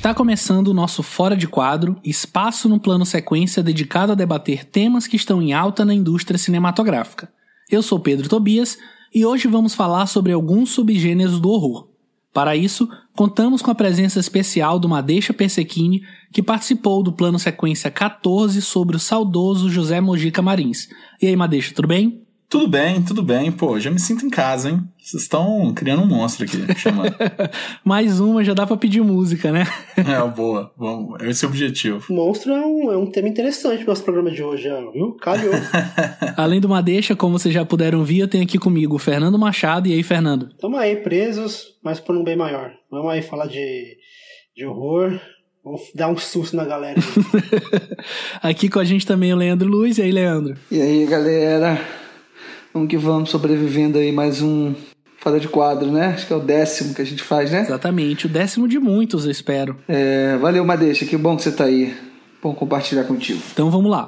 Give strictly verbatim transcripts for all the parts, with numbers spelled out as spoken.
Está começando o nosso Fora de Quadro, espaço no plano sequência dedicado a debater temas que estão em alta na indústria cinematográfica. Eu sou Pedro Tobias e hoje vamos falar sobre alguns subgêneros do horror. Para isso, contamos com a presença especial do Madeixa Persequini, que participou do plano sequência catorze sobre o saudoso José Mojica Marins. E aí, Madeixa, tudo bem? Tudo bem, tudo bem. Pô, já me sinto em casa, hein? Vocês estão criando um monstro aqui, chamando. Mais uma, já dá pra pedir música, né? É, boa. Vamos, esse é o objetivo. Monstro é um, é um tema interessante pro nosso programa de hoje, viu? Calhou. Além do Madeixa, como vocês já puderam ver, eu tenho aqui comigo o Fernando Machado. E aí, Fernando? Tamo aí, presos, mas por um bem maior. Vamos aí falar de, de horror. Vamos dar um susto na galera. Aqui com a gente também o Leandro Luiz. E aí, Leandro? E aí, galera? Vamos que vamos, sobrevivendo aí mais um Fora de Quadro, né? Acho que é o décimo que a gente faz, né? Exatamente, o décimo de muitos, eu espero. É, valeu, Madeixa, que bom que você tá aí. Bom compartilhar contigo. Então vamos lá.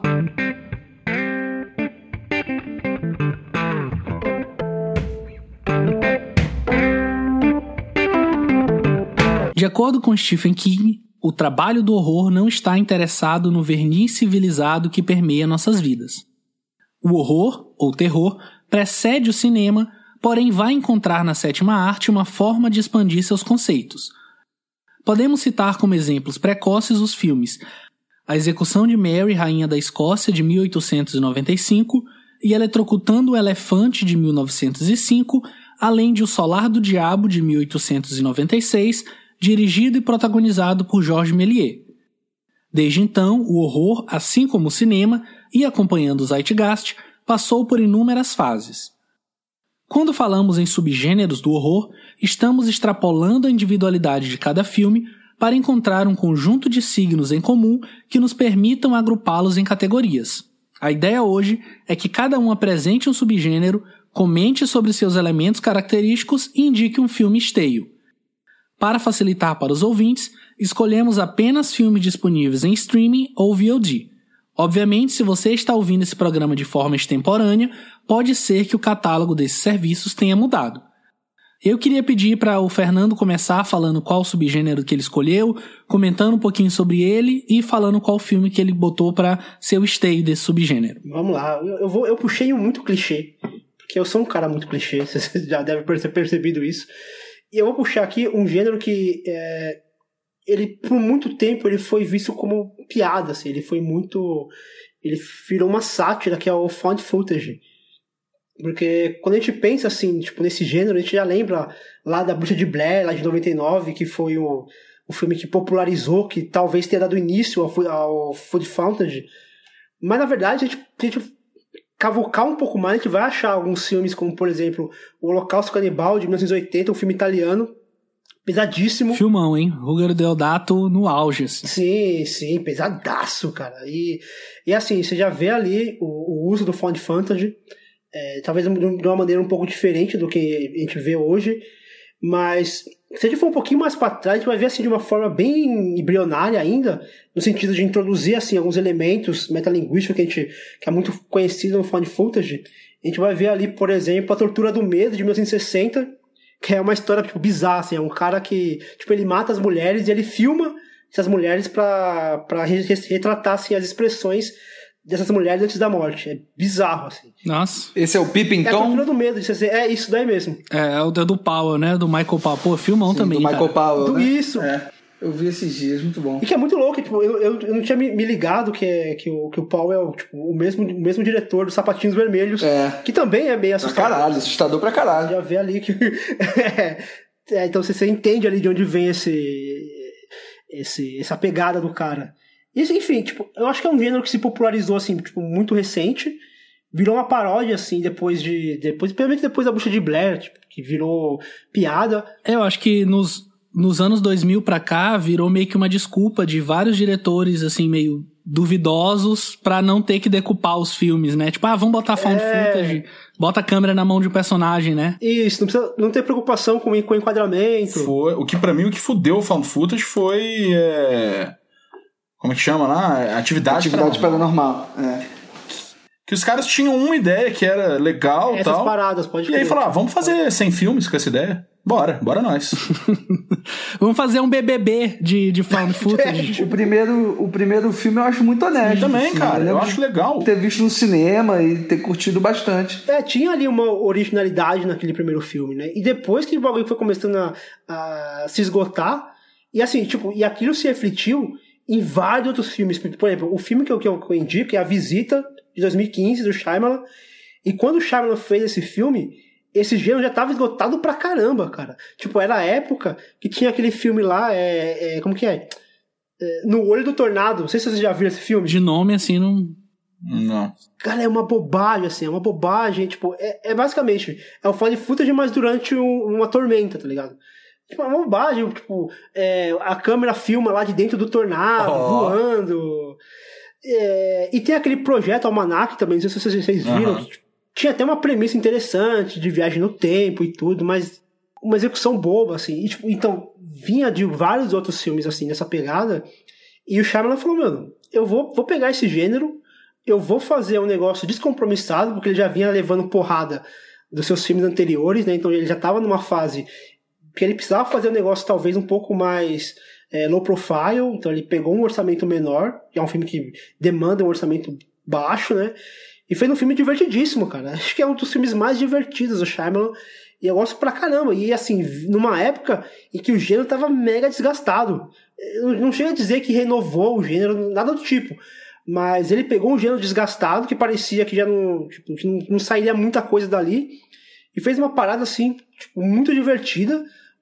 De acordo com Stephen King, o trabalho do horror não está interessado no verniz civilizado que permeia nossas vidas. O horror, ou terror, precede o cinema, porém vai encontrar na sétima arte uma forma de expandir seus conceitos. Podemos citar como exemplos precoces os filmes A Execução de Mary, Rainha da Escócia, de mil oitocentos e noventa e cinco, e Eletrocutando o Elefante, de mil novecentos e cinco, além de O Solar do Diabo, de mil oitocentos e noventa e seis, dirigido e protagonizado por Georges Méliès. Desde então, o horror, assim como o cinema, e acompanhando o Zeitgeist, passou por inúmeras fases. Quando falamos em subgêneros do horror, estamos extrapolando a individualidade de cada filme para encontrar um conjunto de signos em comum que nos permitam agrupá-los em categorias. A ideia hoje é que cada um apresente um subgênero, comente sobre seus elementos característicos e indique um filme esteio. Para facilitar para os ouvintes, escolhemos apenas filmes disponíveis em streaming ou V O D. Obviamente, se você está ouvindo esse programa de forma extemporânea, pode ser que o catálogo desses serviços tenha mudado. Eu queria pedir para o Fernando começar falando qual subgênero que ele escolheu, comentando um pouquinho sobre ele e falando qual filme que ele botou para ser o esteio desse subgênero. Vamos lá, eu, eu, vou, eu puxei um muito clichê, porque eu sou um cara muito clichê, vocês já devem ter percebido isso. E eu vou puxar aqui um gênero que, é, ele, por muito tempo, ele foi visto como piada, assim, ele foi muito... Ele virou uma sátira, que é o found footage. Porque quando a gente pensa, assim, tipo, nesse gênero, a gente já lembra lá da Bruxa de Blair, lá de noventa e nove, que foi o, o filme que popularizou, que talvez tenha dado início ao, ao found footage. Mas, na verdade, a gente... A gente cavocar um pouco mais, a gente vai achar alguns filmes como, por exemplo, O Holocausto Canibal, de mil novecentos e oitenta, um filme italiano, pesadíssimo. Filmão, hein? Ruggero Deodato no auge. Assim. Sim, sim, pesadaço, cara. E, e assim, você já vê ali o, o uso do found fantasy, é, talvez de uma maneira um pouco diferente do que a gente vê hoje, mas se a gente for um pouquinho mais para trás, a gente vai ver assim de uma forma bem embrionária ainda, no sentido de introduzir assim alguns elementos metalinguísticos que a gente que é muito conhecido no found footage. A gente vai ver ali, por exemplo, A Tortura do Medo, de mil novecentos e sessenta, que é uma história tipo bizarra, assim, é um cara que tipo ele mata as mulheres e ele filma essas mulheres para para retratar assim, as expressões dessas mulheres antes da morte. É bizarro, assim. Nossa. Esse é o Peeping Tom? É A Tortura do Medo. É isso daí mesmo. É, é o do Powell, né? Do Michael Powell. Pô, filmão Sim, também, do Michael cara. Powell, né? Isso. É, eu vi esses dias, muito bom. E que é muito louco. Tipo, eu, eu, eu não tinha me, me ligado que, é, que, o, que o Powell é tipo, o, mesmo, o mesmo diretor dos Sapatinhos Vermelhos. É. Que também é meio assustador. Pra caralho, assustador pra caralho. Já vê ali que... é, é, então você, você entende ali de onde vem esse, esse, essa pegada do cara. Isso, enfim, tipo, eu acho que é um gênero que se popularizou, assim, tipo, muito recente. Virou uma paródia, assim, depois de... Depois, principalmente depois da Bruxa de Blair, tipo, que virou piada. Eu acho que nos, nos anos dois mil pra cá, virou meio que uma desculpa de vários diretores, assim, meio duvidosos pra não ter que decupar os filmes, né? Tipo, ah, vamos botar found é... footage, bota a câmera na mão de um personagem, né? Isso, não precisa não ter preocupação com, com enquadramento. Foi, o que pra mim, o que fudeu o found footage foi... É... Como é que chama lá? Atividade, Atividade paranormal. paranormal. É. Que os caras tinham uma ideia que era legal e tal. Essas paradas, pode E aí falaram, ah, vamos fazer cem filmes com essa ideia. Bora, bora nós. Vamos fazer um B B B de, de found footage. o, primeiro, o primeiro filme eu acho muito honesto. Também, assim, cara, eu, eu acho legal. Ter visto no cinema e ter curtido bastante. É, tinha ali uma originalidade naquele primeiro filme, né? E depois que o bagulho foi começando a, a se esgotar, e assim, tipo, e aquilo se refletiu em vários outros filmes. Por exemplo, o filme que eu, que eu indico é A Visita, de dois mil e quinze, do Shyamalan. E quando o Shyamalan fez esse filme, esse gênero já tava esgotado pra caramba, cara. Tipo, era a época que tinha aquele filme lá, é, é, como que é? é? No Olho do Tornado. Não sei se vocês já viram esse filme. De nome, assim, não... Não. Cara, é uma bobagem, assim, é uma bobagem. Tipo, é, é basicamente, é o found footage, mas durante um, uma tormenta, tá ligado? Tipo, é uma bobagem, tipo, é, a câmera filma lá de dentro do tornado, oh. voando. É, e tem aquele projeto Almanac também, não sei se vocês viram, uhum. que, tinha até uma premissa interessante de viagem no tempo e tudo, mas uma execução boba, assim. E, tipo, então, vinha de vários outros filmes, assim, nessa pegada, e o Shyamalan falou, mano, eu vou, vou pegar esse gênero, eu vou fazer um negócio descompromissado, porque ele já vinha levando porrada dos seus filmes anteriores, né? Então ele já estava numa fase que ele precisava fazer um negócio talvez um pouco mais é, low profile, então ele pegou um orçamento menor, que é um filme que demanda um orçamento baixo, né? E fez um filme divertidíssimo, cara. Acho que é um dos filmes mais divertidos do Shyamalan. E eu gosto pra caramba. E assim, numa época em que o gênero tava mega desgastado. Eu não chega a dizer que renovou o gênero, nada do tipo. Mas ele pegou um gênero desgastado, que parecia que já não, tipo, que não, não sairia muita coisa dali. E fez uma parada assim, tipo, muito divertida.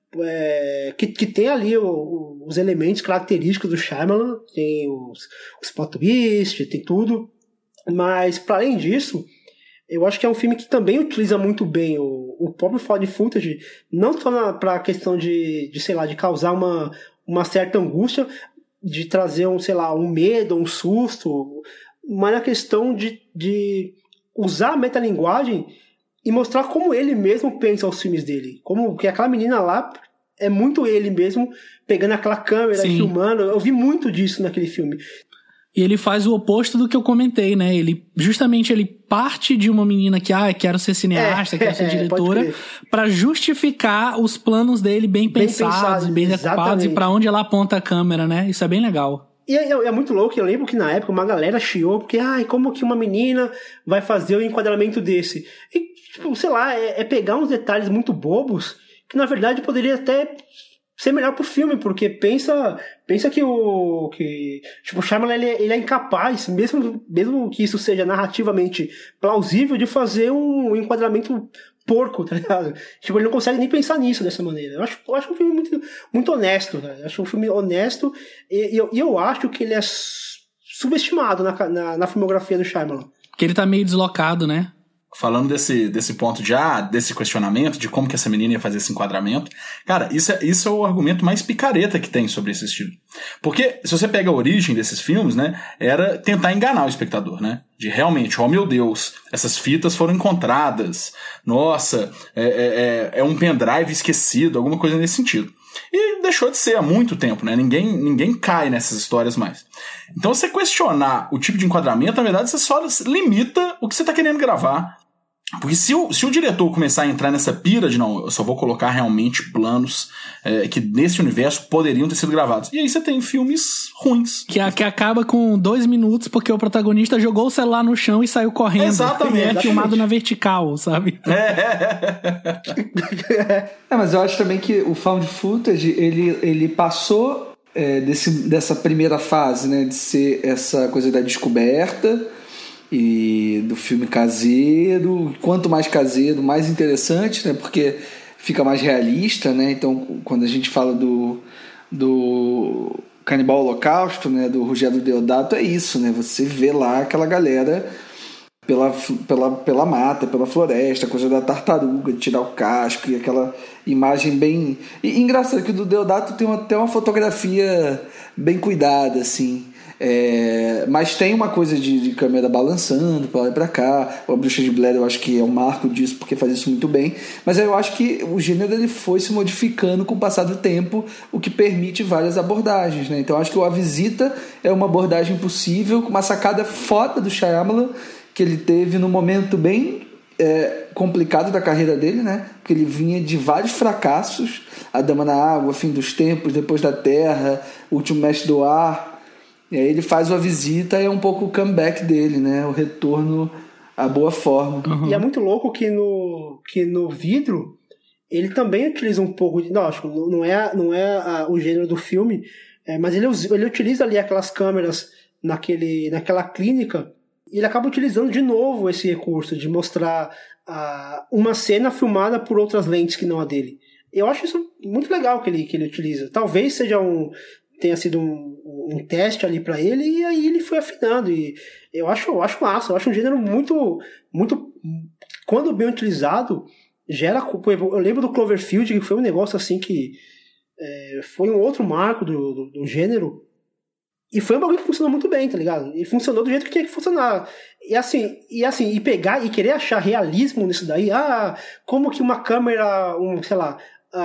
É, que, que tem ali o, o, os elementos característicos do Shyamalan. Tem os, os plot twists, tem tudo. Mas, para além disso, eu acho que é um filme que também utiliza muito bem o, o próprio found footage, não só para a questão de, de, sei lá, de causar uma, uma certa angústia, de trazer um, sei lá, um medo, um susto, mas na questão de, de usar a metalinguagem e mostrar como ele mesmo pensa os filmes dele. Como que aquela menina lá é muito ele mesmo, pegando aquela câmera e filmando. Eu vi muito disso naquele filme. E ele faz o oposto do que eu comentei, né? Ele, justamente, ele parte de uma menina que, ah, quero ser cineasta, é, quero ser é, diretora, para justificar os planos dele bem, bem pensados, pensado, bem decupados, e para onde ela aponta a câmera, né? Isso é bem legal. E é, é muito louco, eu lembro que na época uma galera chiou, porque, ai, como que uma menina vai fazer o enquadramento desse? E, tipo, sei lá, é, é pegar uns detalhes muito bobos, que na verdade poderia até ser melhor pro filme, porque pensa, pensa que o que, tipo, o Shyamalan, ele, ele é incapaz, mesmo, mesmo que isso seja narrativamente plausível, de fazer um enquadramento porco, tá ligado? Tipo, ele não consegue nem pensar nisso dessa maneira. Eu acho, eu acho um filme muito, muito honesto, cara. Eu acho um filme honesto e, e eu, eu acho que ele é subestimado na, na, na filmografia do Shyamalan. Porque ele tá meio deslocado, né? Falando desse, desse ponto de, ah, desse questionamento de como que essa menina ia fazer esse enquadramento, cara, isso é, isso é o argumento mais picareta que tem sobre esse estilo. Porque, se você pega a origem desses filmes, né, era tentar enganar o espectador, né, de realmente, oh meu Deus, essas fitas foram encontradas, nossa, é, é, é um pendrive esquecido, alguma coisa nesse sentido. E deixou de ser há muito tempo, né? Ninguém, ninguém cai nessas histórias mais. Então, você questionar o tipo de enquadramento, na verdade, você só limita o que você está querendo gravar. Porque se o, se o diretor começar a entrar nessa pira de não, eu só vou colocar realmente planos é, que nesse universo poderiam ter sido gravados. E aí você tem filmes ruins. Que, que acaba com dois minutos porque o protagonista jogou o celular no chão e saiu correndo. Exatamente. E é filmado na vertical, sabe? É. é, mas eu acho também que o found footage, ele, ele passou é, desse, dessa primeira fase, né? De ser essa coisa da descoberta e do filme caseiro. Quanto mais caseiro, mais interessante, né? Porque fica mais realista, né? Então, quando a gente fala do, do Canibal Holocausto, né? Do Rogério Deodato, é isso, né? Você vê lá aquela galera pela, pela, pela mata, pela floresta, coisa da tartaruga, de tirar o casco e aquela imagem bem... E, e engraçado que o do Deodato tem uma, até uma fotografia bem cuidada, assim. É, mas tem uma coisa de, de câmera balançando pra lá e pra cá. A Bruxa de Blair eu acho que é um marco disso, porque faz isso muito bem. Mas eu acho que o gênero ele foi se modificando com o passar do tempo, o que permite várias abordagens, né? Então eu acho que o A Visita é uma abordagem possível, com uma sacada foda do Shyamalan, que ele teve num momento bem é, complicado da carreira dele, né? Porque ele vinha de vários fracassos, A Dama na Água, Fim dos Tempos, Depois da Terra, O Último Mestre do Ar. E aí ele faz uma visita e é um pouco o comeback dele, né? O retorno à boa forma. Uhum. E é muito louco que no, que no Vidro ele também utiliza um pouco de... Lógico, não é, não é a, o gênero do filme, é, mas ele, ele utiliza ali aquelas câmeras naquele, naquela clínica e ele acaba utilizando de novo esse recurso de mostrar uh, uma cena filmada por outras lentes que não a dele. Eu acho isso muito legal que ele, que ele utiliza. Talvez seja um, tenha sido um, um teste ali para ele e aí ele foi afinando. E eu acho, eu acho massa, eu acho um gênero muito, muito, quando bem utilizado, gera... Eu lembro do Cloverfield, que foi um negócio assim que é, foi um outro marco do, do, do gênero. E foi um bagulho que funcionou muito bem, tá ligado? E funcionou do jeito que tinha que funcionar. E assim, e assim, e pegar e querer achar realismo nisso daí, ah, como que uma câmera, um, sei lá,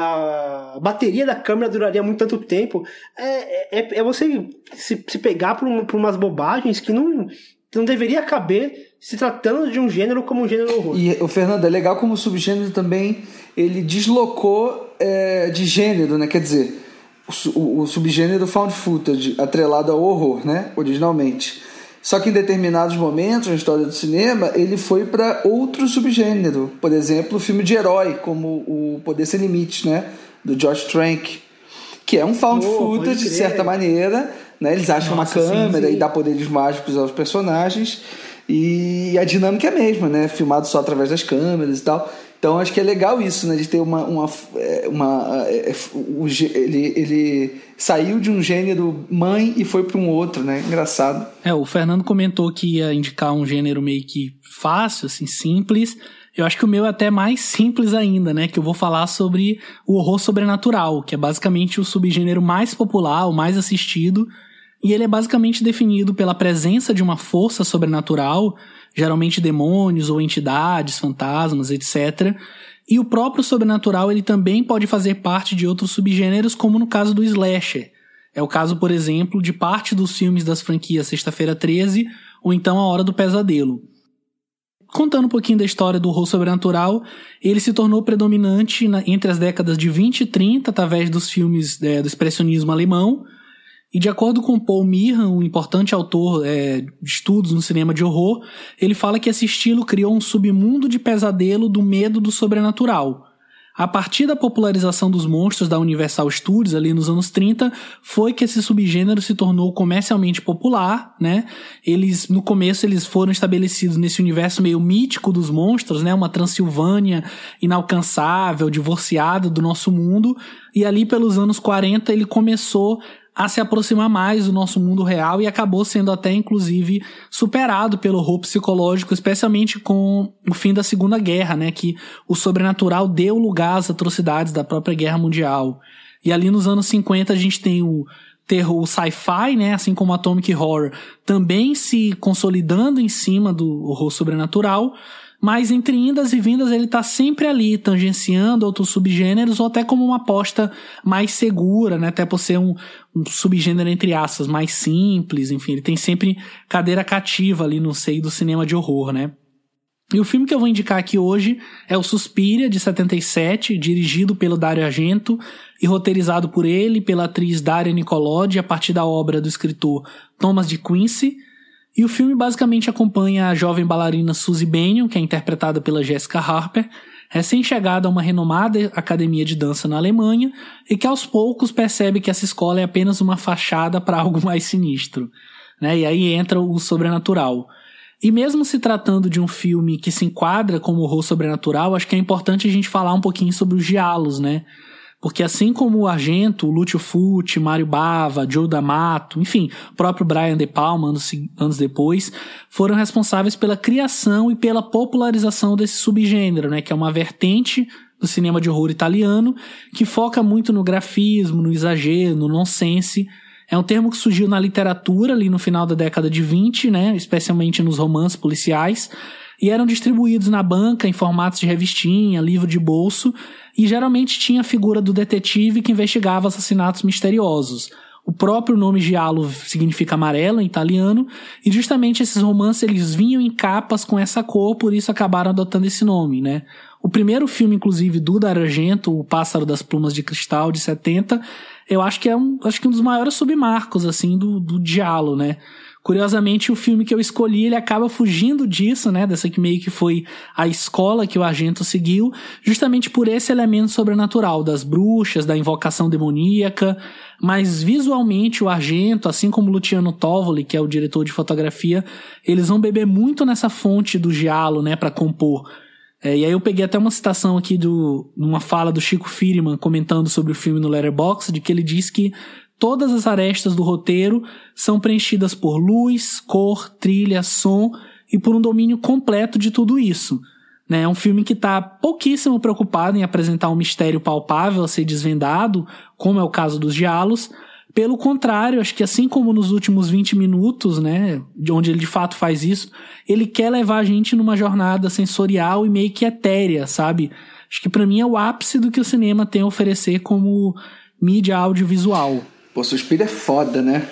a bateria da câmera duraria muito tanto tempo. É, é, é você se, se pegar por, um, por umas bobagens que não, não deveria caber se tratando de um gênero como um gênero horror. E o Fernando, é legal como o subgênero também ele deslocou é, de gênero, né? Quer dizer, o, o subgênero found footage atrelado ao horror, né? Originalmente. Só que em determinados momentos na história do cinema ele foi para outro subgênero. Por exemplo, o filme de herói, como O Poder Sem Limites, né? Do Josh Trank, que é um found oh, footage de certa maneira, né? Eles acham Nossa, uma câmera sim, sim. e dá poderes mágicos aos personagens e a dinâmica é a mesma, né? Filmado só através das câmeras e tal. Então acho que é legal isso, né? De ter uma... uma, uma é, o, ele, ele saiu de um gênero mãe e foi para um outro, né? Engraçado. É, o Fernando comentou que ia indicar um gênero meio que fácil, assim, simples. Eu acho que o meu é até mais simples ainda, né? Que eu vou falar sobre o horror sobrenatural, que é basicamente o subgênero mais popular, o mais assistido. E ele é basicamente definido pela presença de uma força sobrenatural, geralmente demônios ou entidades, fantasmas, etcétera. E o próprio sobrenatural ele também pode fazer parte de outros subgêneros, como no caso do slasher. É o caso, por exemplo, de parte dos filmes das franquias Sexta-feira treze ou então A Hora do Pesadelo. Contando um pouquinho da história do horror sobrenatural, ele se tornou predominante na, entre as décadas de vinte e trinta, através dos filmes é, do expressionismo alemão. E de acordo com Paul Meehan, um importante autor é, de estudos no cinema de horror, ele fala que esse estilo criou um submundo de pesadelo do medo do sobrenatural. A partir da popularização dos monstros da Universal Studios, ali nos anos trinta, foi que esse subgênero se tornou comercialmente popular, né? Eles, no começo, eles foram estabelecidos nesse universo meio mítico dos monstros, né? Uma Transilvânia inalcançável, divorciada do nosso mundo, e ali pelos anos quarenta ele começou a se aproximar mais do nosso mundo real e acabou sendo até, inclusive, superado pelo horror psicológico, especialmente com o fim da Segunda Guerra, né, que o sobrenatural deu lugar às atrocidades da própria Guerra Mundial. E ali nos anos cinquenta a gente tem o terror, o sci-fi, né, assim como o Atomic Horror, também se consolidando em cima do horror sobrenatural, mas entre indas e vindas ele tá sempre ali, tangenciando outros subgêneros, ou até como uma aposta mais segura, né? Até por ser um, um subgênero, entre aspas, mais simples, enfim, ele tem sempre cadeira cativa ali no seio do cinema de horror, né? E o filme que eu vou indicar aqui hoje é o Suspiria, de setenta e sete, dirigido pelo Dario Argento e roteirizado por ele e pela atriz Daria Nicolodi, a partir da obra do escritor Thomas de Quincy. E o filme basicamente acompanha a jovem bailarina Suzy Bennion, que é interpretada pela Jessica Harper, recém-chegada a uma renomada academia de dança na Alemanha, e que aos poucos percebe que essa escola é apenas uma fachada para algo mais sinistro, né? E aí entra o sobrenatural. E mesmo se tratando de um filme que se enquadra como horror sobrenatural, acho que é importante a gente falar um pouquinho sobre os giallos, né? Porque assim como o Argento, o Lúcio Fulci, Mário Bava, Joe D'Amato, enfim, o próprio Brian De Palma, anos, anos depois, foram responsáveis pela criação e pela popularização desse subgênero, né, que é uma vertente do cinema de horror italiano, que foca muito no grafismo, no exagero, no nonsense. É um termo que surgiu na literatura ali no final da década de vinte, né, especialmente nos romances policiais, e eram distribuídos na banca em formatos de revistinha, livro de bolso, e geralmente tinha a figura do detetive que investigava assassinatos misteriosos. O próprio nome giallo significa amarelo em italiano, e justamente esses romances eles vinham em capas com essa cor, por isso acabaram adotando esse nome, né? O primeiro filme, inclusive, do Dario Argento, O Pássaro das Plumas de Cristal, de setenta, eu acho que é um, acho que um dos maiores submarcos, assim, do, do giallo, né? Curiosamente, o filme que eu escolhi, ele acaba fugindo disso, né? Dessa que meio que foi a escola que o Argento seguiu, justamente por esse elemento sobrenatural, das bruxas, da invocação demoníaca, mas visualmente o Argento, assim como o Luciano Tovoli, que é o diretor de fotografia, eles vão beber muito nessa fonte do giallo, né? Pra compor. É, e aí eu peguei até uma citação aqui de uma fala do Chico Firman comentando sobre o filme no Letterboxd, de que ele diz que todas as arestas do roteiro são preenchidas por luz, cor, trilha, som e por um domínio completo de tudo isso. Né? É um filme que está pouquíssimo preocupado em apresentar um mistério palpável a ser desvendado, como é o caso dos giallos. Pelo contrário, acho que assim como nos últimos vinte minutos, né, de onde ele de fato faz isso, ele quer levar a gente numa jornada sensorial e meio que etérea, sabe? Acho que pra mim é o ápice do que o cinema tem a oferecer como mídia audiovisual. Pô, Suspiria é foda, né?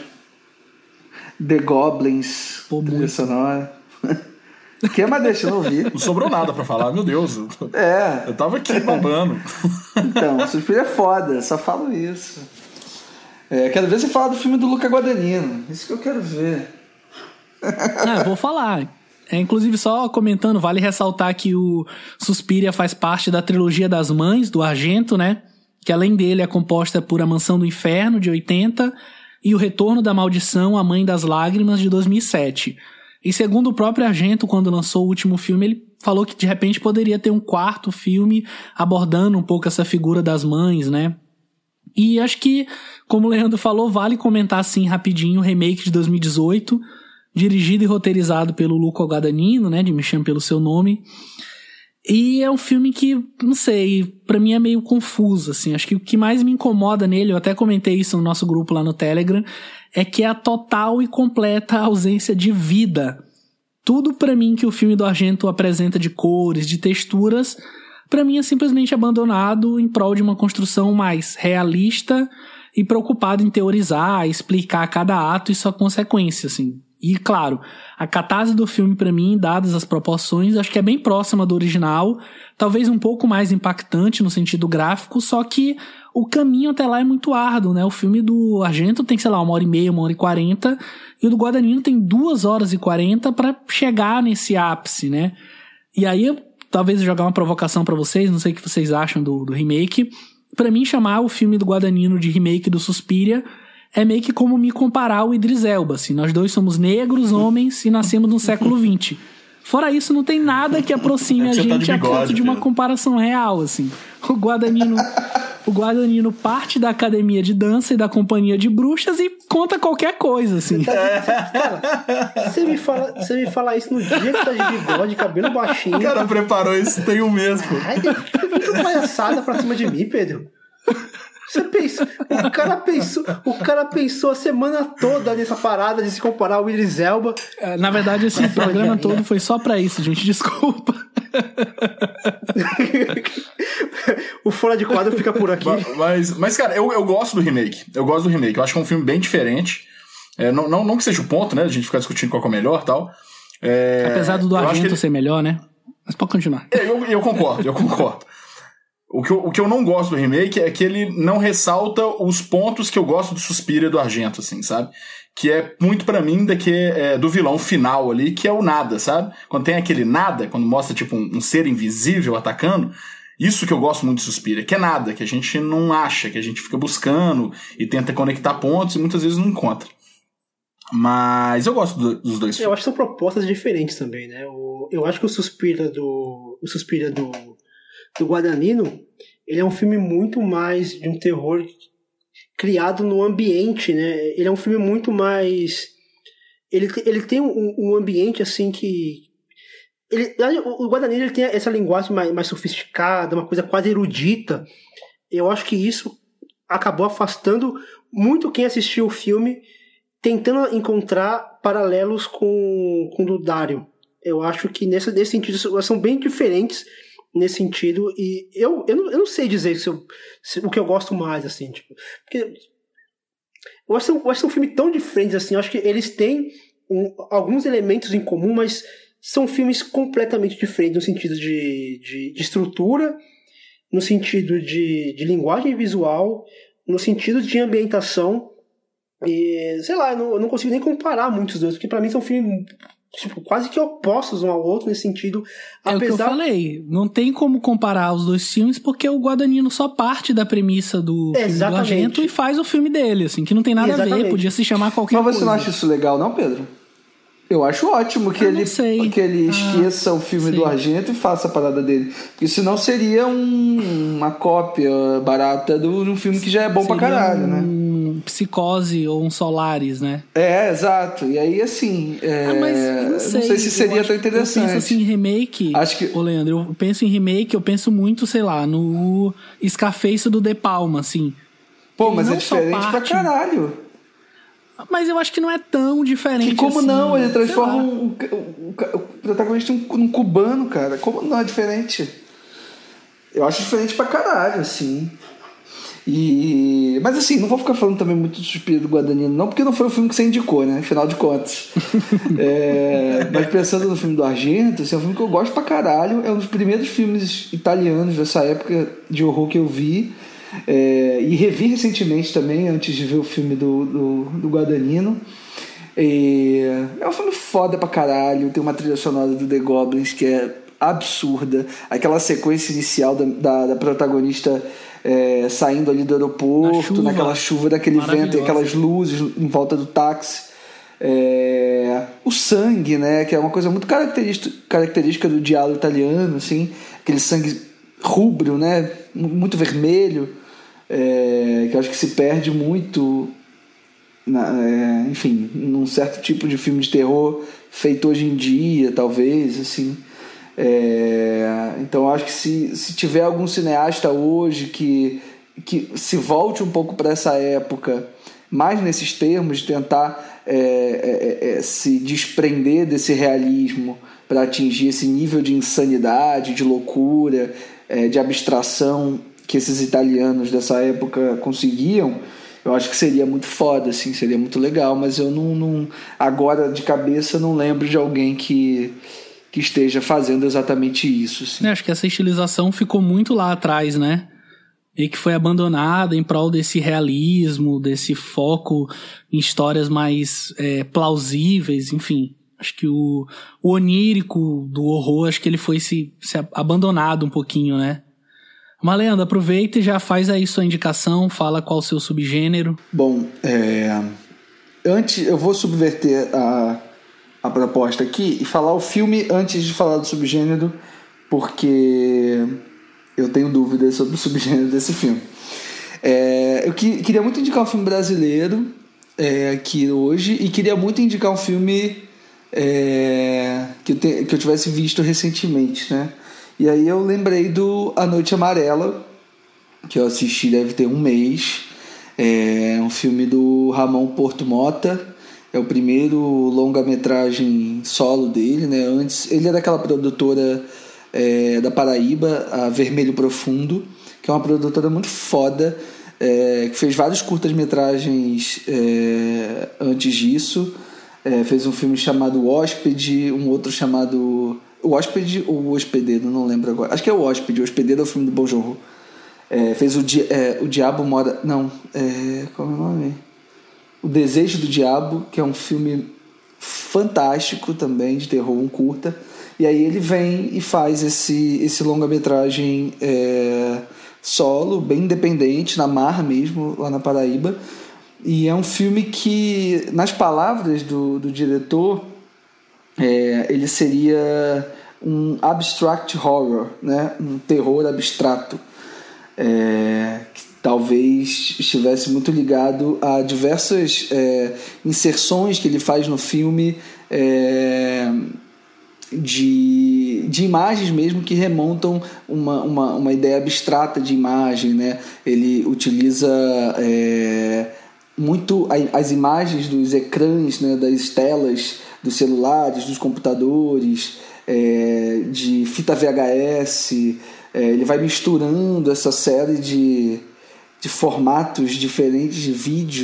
The Goblins, Pô, trilha muito. sonora. Que mais deixa eu não ouvir? Não sobrou nada pra falar, meu Deus. Eu, É. eu tava aqui babando. Então, Suspiria é foda, só falo isso. É, quero ver você falar do filme do Luca Guadagnino. Isso que eu quero ver. Ah, eu vou falar. É, inclusive, só comentando, vale ressaltar que o Suspiria faz parte da trilogia das mães, do Argento, né? Que além dele é composta por A Mansão do Inferno, de oitenta, e O Retorno da Maldição, A Mãe das Lágrimas, de dois mil e sete. E segundo o próprio Argento, quando lançou o último filme, ele falou que de repente poderia ter um quarto filme abordando um pouco essa figura das mães, né? E acho que, como o Leandro falou, vale comentar assim rapidinho o remake de dois mil e dezoito, dirigido e roteirizado pelo Luca Guadagnino, né, de Me Chame Pelo Seu Nome. E é um filme que, não sei, pra mim é meio confuso, assim. Acho que o que mais me incomoda nele, eu até comentei isso no nosso grupo lá no Telegram, é que é a total e completa ausência de vida. Tudo pra mim que o filme do Argento apresenta de cores, de texturas, pra mim é simplesmente abandonado em prol de uma construção mais realista e preocupado em teorizar, explicar cada ato e sua consequência, assim. E, claro, a catarse do filme, pra mim, dadas as proporções, acho que é bem próxima do original, talvez um pouco mais impactante no sentido gráfico, só que o caminho até lá é muito árduo, né? O filme do Argento tem, sei lá, uma hora e meia, uma hora e quarenta, e o do Guadagnino tem duas horas e quarenta pra chegar nesse ápice, né? E aí, eu, talvez jogar uma provocação pra vocês, não sei o que vocês acham do, do remake. Pra mim, chamar o filme do Guadagnino de remake do Suspiria é meio que como me comparar ao Idris Elba, assim. Nós dois somos negros, homens e nascemos no século vinte. Fora isso, não tem nada que aproxime a Você tá gente de a bigode, ponto de uma Pedro. comparação real, assim. O Guadagnino, o Guadagnino parte da academia de dança e da companhia de bruxas e conta qualquer coisa, assim. Cara, você me fala, você me fala isso no dia que tá de bigode, cabelo baixinho. O cara preparou isso tem um mês, pô. Ai, que palhaçada pra cima de mim, Pedro. Você pensou, o cara pensou, o cara pensou a semana toda nessa parada de se comparar ao Idris Elba. Na verdade, esse programa todo foi só pra isso, gente, desculpa. O Fora de Quadro fica por aqui. Mas, mas cara, eu, eu gosto do remake. Eu gosto do remake. Eu acho que é um filme bem diferente. É, não, não, não que seja o ponto, né? A gente ficar discutindo qual que é o melhor e tal. É, Apesar do do eu acho Argento que ele- ser melhor, né? Mas pode continuar. É, eu, eu concordo, eu concordo. O que eu, o que eu não gosto do remake é que ele não ressalta os pontos que eu gosto do Suspiria do Argento, assim, sabe? Que é muito pra mim daqui, é, do vilão final ali, que é o nada, sabe? Quando tem aquele nada, quando mostra tipo um, um ser invisível atacando, isso que eu gosto muito de Suspiria, que é nada, que a gente não acha, que a gente fica buscando e tenta conectar pontos e muitas vezes não encontra. Mas eu gosto do, dos dois Eu filmes. acho que são propostas diferentes também, né? O, eu acho que o Suspiria do. O Suspiria do. do Guadagnino, ele é um filme muito mais de um terror criado no ambiente, né? Ele é um filme muito mais... Ele, ele tem um, um ambiente, assim, que... Ele, o Guadagnino ele tem essa linguagem mais, mais sofisticada, uma coisa quase erudita. Eu acho que isso acabou afastando muito quem assistiu o filme, tentando encontrar paralelos com, com o do Dario. Eu acho que nesse, nesse sentido são bem diferentes nesse sentido, e eu, eu, não, eu não sei dizer se eu, se, o que eu gosto mais, assim, tipo, porque Eu acho, eu acho que é um filme tão diferente assim. Eu acho que eles têm um, alguns elementos em comum, mas são filmes completamente diferentes no sentido de, de, de estrutura, no sentido de, de linguagem visual, no sentido de ambientação. E, sei lá, eu não, eu não consigo nem comparar muitos dois, porque pra mim são filmes tipo, quase que opostos um ao outro nesse sentido. É apesar... o que eu falei, não tem como comparar os dois filmes porque o Guadagnino só parte da premissa do filme do Argento e faz o filme dele, assim, que não tem nada Exatamente. a ver, podia se chamar qualquer coisa. Mas você coisa. não acha isso legal não, Pedro? Eu acho ótimo que eu ele, que ele esqueça ah, o filme sei. do Argento e faça a parada dele. Porque senão seria um, uma cópia barata de um filme que já é bom seria pra caralho, um né? Psicose ou um Solaris, né? É, exato. E aí, assim... É... Ah, mas eu não sei, não sei se seria tão interessante. Eu penso assim em remake... Acho que... Ô, Leandro, eu penso em remake, eu penso muito, sei lá, no Scarface do De Palma, assim. Pô, mas é diferente parte... pra caralho. Mas eu acho que não é tão diferente. Que como assim, não? Ele transforma um, um, um, o protagonista num um, um cubano, cara. Como não é diferente? Eu acho diferente pra caralho, assim. E... Mas assim, não vou ficar falando também muito do Suspiro do Guadagnino, não, porque não foi o filme que você indicou, né? Afinal de contas. é... Mas pensando no filme do Argento, assim, é um filme que eu gosto pra caralho. É um dos primeiros filmes italianos dessa época de horror que eu vi. É, e revi recentemente também, antes de ver o filme do, do, do Guadagnino. É, é um filme foda pra caralho. Tem uma trilha sonora do The Goblins que é absurda. Aquela sequência inicial da, da, da protagonista é, saindo ali do aeroporto, Na chuva, naquela chuva, daquele vento e aquelas luzes em volta do táxi. É, o sangue, né, que é uma coisa muito característica, característica do diálogo italiano, assim, aquele sangue rubro, né, muito vermelho, é, que eu acho que se perde muito na, é, enfim, num certo tipo de filme de terror feito hoje em dia, talvez, assim. É, então eu acho que se, se tiver algum cineasta hoje que, que se volte um pouco para essa época, mais nesses termos, de tentar é, é, é, se desprender desse realismo para atingir esse nível de insanidade, de loucura, é, de abstração que esses italianos dessa época conseguiam, eu acho que seria muito foda, assim, seria muito legal, mas eu não, não agora de cabeça não lembro de alguém que, que esteja fazendo exatamente isso, assim. Eu acho que essa estilização ficou muito lá atrás, né? E que foi abandonada em prol desse realismo, desse foco em histórias mais é, plausíveis, enfim. Acho que o, o onírico do horror, acho que ele foi se, se abandonado um pouquinho, né? Mas, Leandro, aproveita e já faz aí sua indicação, fala qual o seu subgênero. Bom, é... antes eu vou subverter a, a proposta aqui e falar o filme antes de falar do subgênero, porque eu tenho dúvidas sobre o subgênero desse filme. É... Eu que, queria muito indicar um filme brasileiro é, aqui hoje, e queria muito indicar um filme é, que, eu te, que eu tivesse visto recentemente, né? E aí eu lembrei do A Noite Amarela, que eu assisti deve ter um mês. É um filme do Ramon Porto Mota. É o primeiro longa-metragem solo dele, né? Antes, ele é daquela produtora é, da Paraíba, a Vermelho Profundo, que é uma produtora muito foda, é, que fez vários curtas-metragens é, antes disso. É, fez um filme chamado O Hóspede, um outro chamado... O Hóspede ou o Hospedeiro, não lembro agora. Acho que é o Hóspede. O Hospedeiro é o filme do Bong Joon-ho. É, fez o, Di- é, o Diabo Mora... Não, é, qual é o nome? O Desejo do Diabo, que é um filme fantástico também, de terror, um curta. E aí ele vem e faz esse, esse longa-metragem é, solo, bem independente, na Marra mesmo, lá na Paraíba. E é um filme que, nas palavras do, do diretor... É, ele seria um abstract horror, né? Um terror abstrato, é, que talvez estivesse muito ligado a diversas é, inserções que ele faz no filme é, de, de imagens mesmo que remontam uma, uma, uma ideia abstrata de imagem, né? Ele utiliza é, muito as imagens dos ecrãs, né? Das telas dos celulares, dos computadores, é, de fita V H S. É, ele vai misturando essa série de, de formatos diferentes de vídeo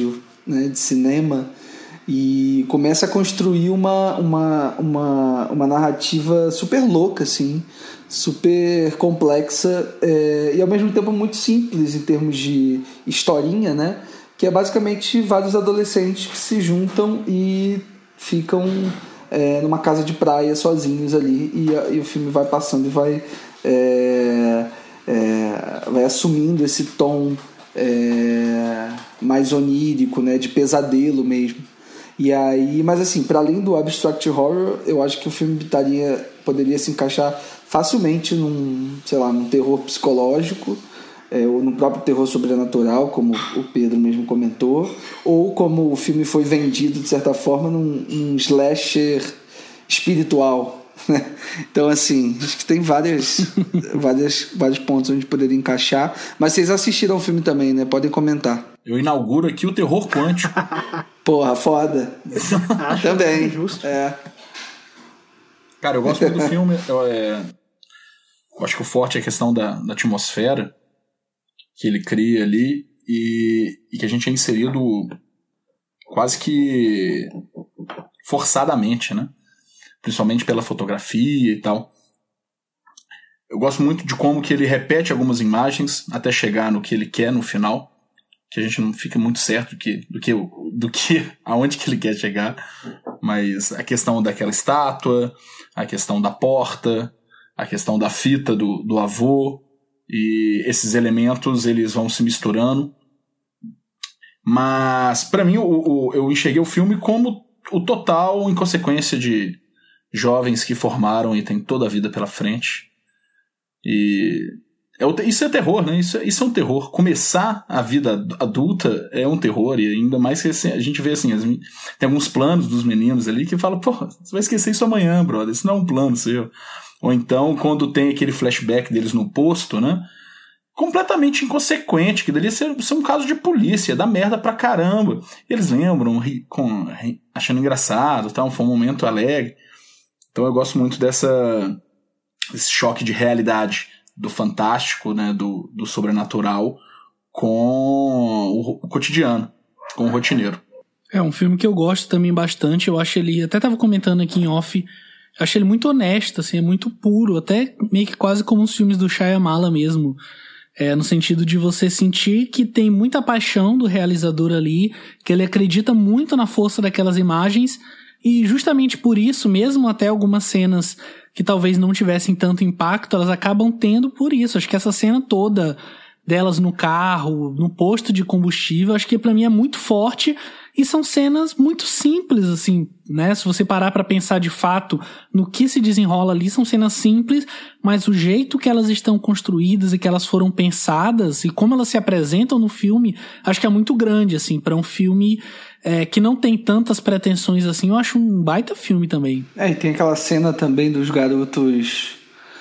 né, de cinema, e começa a construir uma, uma, uma, uma narrativa super louca, assim, super complexa, é, e ao mesmo tempo muito simples em termos de historinha, né? Que é basicamente vários adolescentes que se juntam e ficam é, numa casa de praia sozinhos ali, e, a, e o filme vai passando e vai, é, é, vai assumindo esse tom é, mais onírico, né? De pesadelo mesmo. E aí, mas assim, para além do abstract horror, eu acho que o filme estaria, poderia se encaixar facilmente num, sei lá, num terror psicológico, é, ou no próprio terror sobrenatural, como o Pedro mesmo comentou, ou como o filme foi vendido de certa forma num, num slasher espiritual, né? Então assim, acho que tem várias, várias, vários pontos onde poderia encaixar. Mas vocês assistiram o filme também, né? Podem comentar. Eu inauguro aqui o terror quântico. Porra, foda. Acho também. Justo. É. Cara, eu gosto muito do filme. Eu, é, eu acho que o forte é a questão da, da atmosfera que ele cria ali e, e que a gente é inserido quase que forçadamente, né? Principalmente pela fotografia e tal. Eu gosto muito de como que ele repete algumas imagens até chegar no que ele quer no final, que a gente não fica muito certo que, do, que, do que aonde que ele quer chegar, mas a questão daquela estátua, a questão da porta, a questão da fita do, do avô, e esses elementos eles vão se misturando. Mas para mim o, o, eu enxerguei o filme como o total inconsequência de jovens que formaram e têm toda a vida pela frente. E é o, isso é terror, né? Isso, isso é um terror. Começar a vida adulta é um terror, e ainda mais que assim, a gente vê assim, as, tem alguns planos dos meninos ali que falam, pô, você vai esquecer isso amanhã, brother, isso não é um plano seu. Ou então, quando tem aquele flashback deles no posto, né? Completamente inconsequente, que dali ser, ser um caso de polícia, dá merda pra caramba. Eles lembram, ri, com, ri, achando engraçado, tá? Foi um momento alegre. Então eu gosto muito dessa, desse choque de realidade do fantástico, né? do, do sobrenatural com o, o cotidiano, com o rotineiro. É um filme que eu gosto também bastante. Eu acho ele, até tava comentando aqui em off, eu acho ele muito honesto, assim, é muito puro, até meio que quase como os filmes do Shyamalan mesmo. É, no sentido de você sentir que tem muita paixão do realizador ali, que ele acredita muito na força daquelas imagens, e justamente por isso, mesmo até algumas cenas que talvez não tivessem tanto impacto, elas acabam tendo por isso. Acho que essa cena toda delas no carro, no posto de combustível, acho que pra mim é muito forte, e são cenas muito simples, assim, né? Se você parar pra pensar de fato no que se desenrola ali, são cenas simples, mas o jeito que elas estão construídas e que elas foram pensadas e como elas se apresentam no filme, acho que é muito grande, assim, pra um filme é, que não tem tantas pretensões assim. Eu acho um baita filme também. É, e tem aquela cena também dos garotos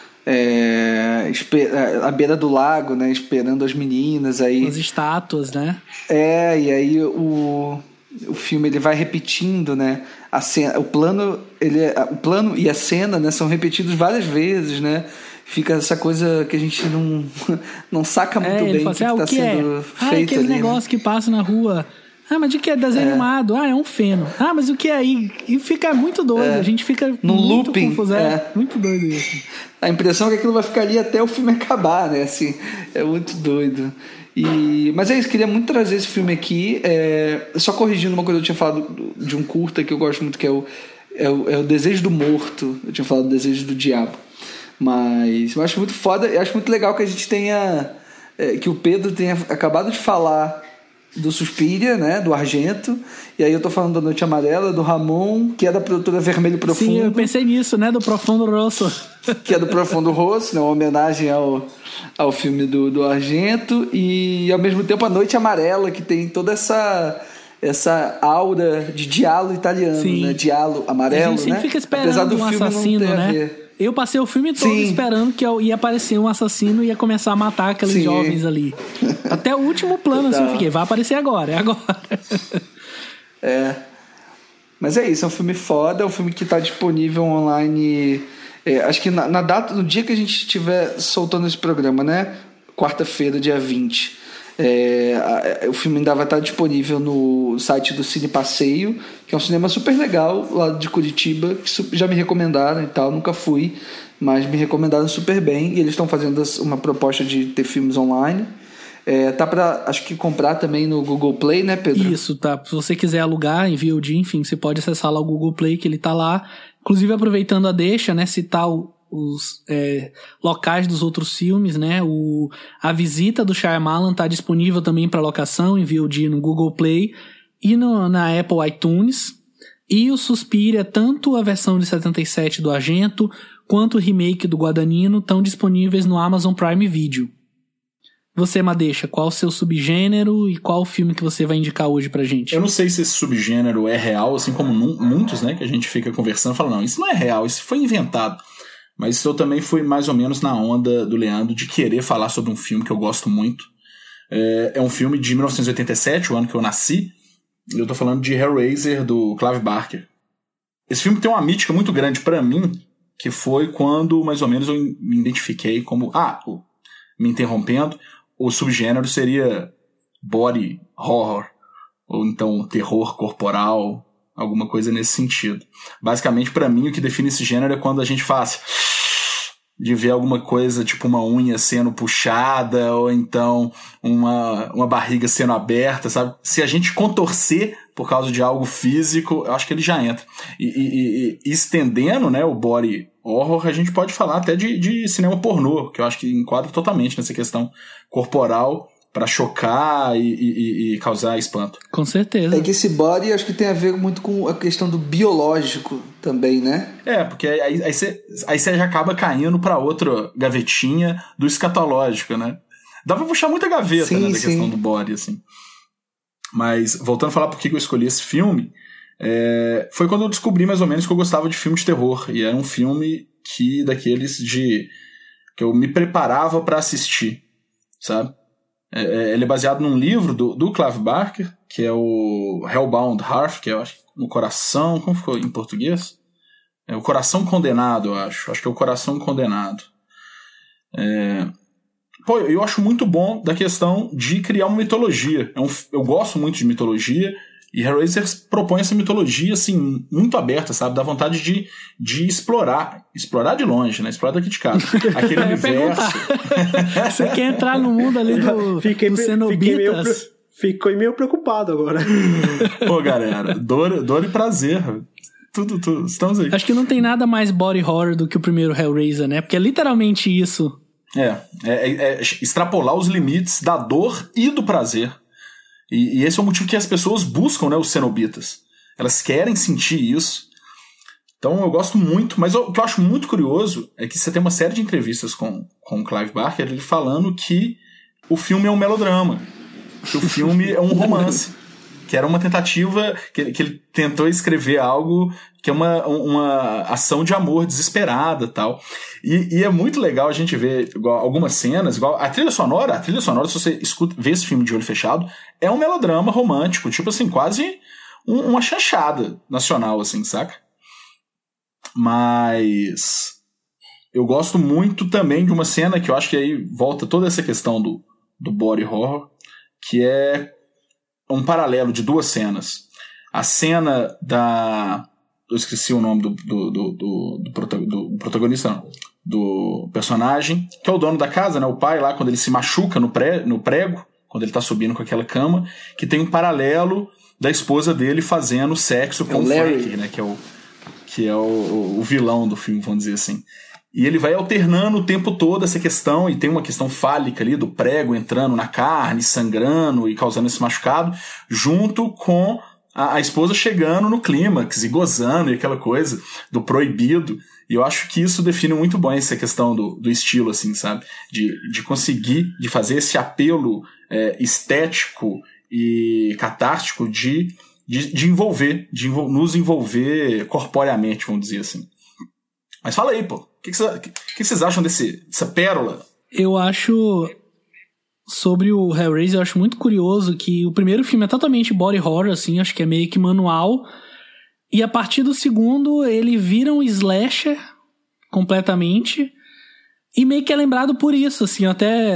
é, à beira do lago, né, esperando as meninas aí. As estátuas, né? É, e aí o, o filme ele vai repetindo, né? A cena, o plano, ele é, o plano e a cena, né, são repetidos várias vezes, né? Fica essa coisa que a gente não, não saca muito é, bem o assim, que ah, está que sendo é? feito ah, é aquele ali, negócio né? que passa na rua. Ah, mas de que é desenho é. animado? Ah, é um feno. Ah, mas o que é aí? E fica muito doido. É. A gente fica no muito looping. confuso. É, é muito doido isso. A impressão é que aquilo vai ficar ali até o filme acabar, né? Assim, é muito doido. E, mas é isso, queria muito trazer esse filme aqui. É, só corrigindo uma coisa, eu tinha falado de um curta que eu gosto muito, que é o, é o, é o Desejo do Morto. Eu tinha falado do Desejo do Diabo. Mas eu acho muito foda, eu acho muito legal que a gente tenha. É, que o Pedro tenha acabado de falar do Suspiria, né, do Argento, e aí eu tô falando da Noite Amarela, do Ramon, que é da produtora Vermelho Profundo. Sim, eu pensei nisso, né, do Profundo Rosso. Que é do Profundo Rosso, né, uma homenagem ao, ao filme do, do Argento, e ao mesmo tempo a Noite Amarela, que tem toda essa, essa aura de giallo italiano, sim, né, giallo amarelo, a gente sempre né? fica esperando apesar do um filme assassino, não ter né? a ver. Eu passei o filme todo Sim. esperando que ia aparecer um assassino e ia começar a matar aqueles Sim. jovens ali. Até o último plano, assim, eu fiquei, vai aparecer agora, é agora. É. Mas é isso, é um filme foda, é um filme que tá disponível online. É, acho que na, na data, no dia que a gente estiver soltando esse programa, né? Quarta-feira, dia vinte. É, a, o filme ainda vai estar disponível no site do Cine Passeio, que é um cinema super legal lá de Curitiba, que já me recomendaram e tal, nunca fui, mas me recomendaram super bem, e eles estão fazendo uma proposta de ter filmes online. É, tá pra, acho que comprar também no Google Play, né, Pedro? Isso, tá. Se você quiser alugar em V O D, enfim, você pode acessar lá o Google Play, que ele tá lá. Inclusive, aproveitando a deixa, né, citar o, os é, locais dos outros filmes, né, o, a Visita do Shyamalan tá disponível também para locação em V O D no Google Play e no, na Apple iTunes. E o Suspiria, tanto a versão de setenta e sete do Argento, quanto o remake do Guadagnino, estão disponíveis no Amazon Prime Video. Você, Madeixa, qual o seu subgênero e qual o filme que você vai indicar hoje pra gente? Eu não sei se esse subgênero é real, assim como muitos, né, que a gente fica conversando e fala, não, isso não é real, isso foi inventado. Mas eu também fui mais ou menos na onda do Leandro de querer falar sobre um filme que eu gosto muito. É, é um filme de mil novecentos e oitenta e sete, o ano que eu nasci, e eu tô falando de Hellraiser, do Clive Barker. Esse filme tem uma mítica muito grande pra mim, que foi quando, mais ou menos, eu me identifiquei como... Ah, me interrompendo... O subgênero seria body horror, ou então terror corporal, alguma coisa nesse sentido. Basicamente, pra mim, o que define esse gênero é quando a gente faz de ver alguma coisa, tipo uma unha sendo puxada, ou então uma, uma barriga sendo aberta, sabe? Se a gente contorcer por causa de algo físico, eu acho que ele já entra. E, e, e estendendo, né, o body horror, a gente pode falar até de, de cinema pornô, que eu acho que enquadra totalmente nessa questão corporal pra chocar e, e, e causar espanto. Com certeza. É que esse body acho que tem a ver muito com a questão do biológico também, né? É, porque aí, aí, você, aí você já acaba caindo pra outra gavetinha do escatológico, né? Dá pra puxar muita gaveta, sim, né, da sim. questão do body, assim. Mas, voltando a falar por que eu escolhi esse filme, é, foi quando eu descobri mais ou menos que eu gostava de filme de terror. E era um filme que, daqueles de... que eu me preparava pra assistir, sabe? É, ele é baseado num livro do, do Clive Barker, que é o Hellbound Heart, que eu acho no coração... Como ficou em português? É o Coração Condenado, eu acho. Acho que é o Coração Condenado. É... Pô, eu acho muito bom da questão de criar uma mitologia. É um, eu gosto muito de mitologia, e Hellraiser propõe essa mitologia, assim, muito aberta, sabe? Dá vontade de, de explorar. Explorar de longe, né? Explorar daqui de casa. Aquele universo. Você quer entrar no mundo ali do, fiquei, do Cenobitas? Fiquei meio preocupado agora. Pô, galera, dor, dor e prazer. Tudo, tudo. Estamos aí. Acho que não tem nada mais body horror do que o primeiro Hellraiser, né? Porque é literalmente isso. É, é, é extrapolar os limites da dor e do prazer. E, e esse é o motivo que as pessoas buscam, né, os cenobitas. Elas querem sentir isso. Então eu gosto muito, mas o que eu acho muito curioso é que você tem uma série de entrevistas com, com o Clive Barker, ele falando que o filme é um melodrama, que o filme é um romance. Que era uma tentativa, que, que ele tentou escrever algo que é uma, uma ação de amor desesperada e tal. E, e é muito legal a gente ver igual, algumas cenas, igual a trilha sonora, a trilha sonora, se você escuta, vê esse filme de olho fechado, é um melodrama romântico, tipo assim, quase um, uma chanchada nacional, assim, saca? Mas eu gosto muito também de uma cena que eu acho que aí volta toda essa questão do, do body horror, que é um paralelo de duas cenas. A cena da... Eu esqueci o nome do, do, do, do, do, do protagonista, não. Do personagem, que é o dono da casa, né? O pai lá, quando ele se machuca no, pré, no prego, quando ele tá subindo com aquela cama, que tem um paralelo da esposa dele fazendo sexo com é o Frank, né? Que é, o, que é o, o vilão do filme, vamos dizer assim. E ele vai alternando o tempo todo essa questão, e tem uma questão fálica ali do prego entrando na carne, sangrando e causando esse machucado, junto com a, a esposa chegando no clímax e gozando e aquela coisa do proibido. E eu acho que isso define muito bem essa questão do, do estilo, assim, sabe? De, de conseguir, de fazer esse apelo é, estético e catártico de, de, de envolver, de envol- nos envolver corporeamente, vamos dizer assim. Mas fala aí, pô. O que, que, que vocês acham desse, dessa pérola? Eu acho... Sobre o Hellraiser, eu acho muito curioso que o primeiro filme é totalmente body horror, assim, acho que é meio que manual. E a partir do segundo, ele vira um slasher completamente. E meio que é lembrado por isso, assim, até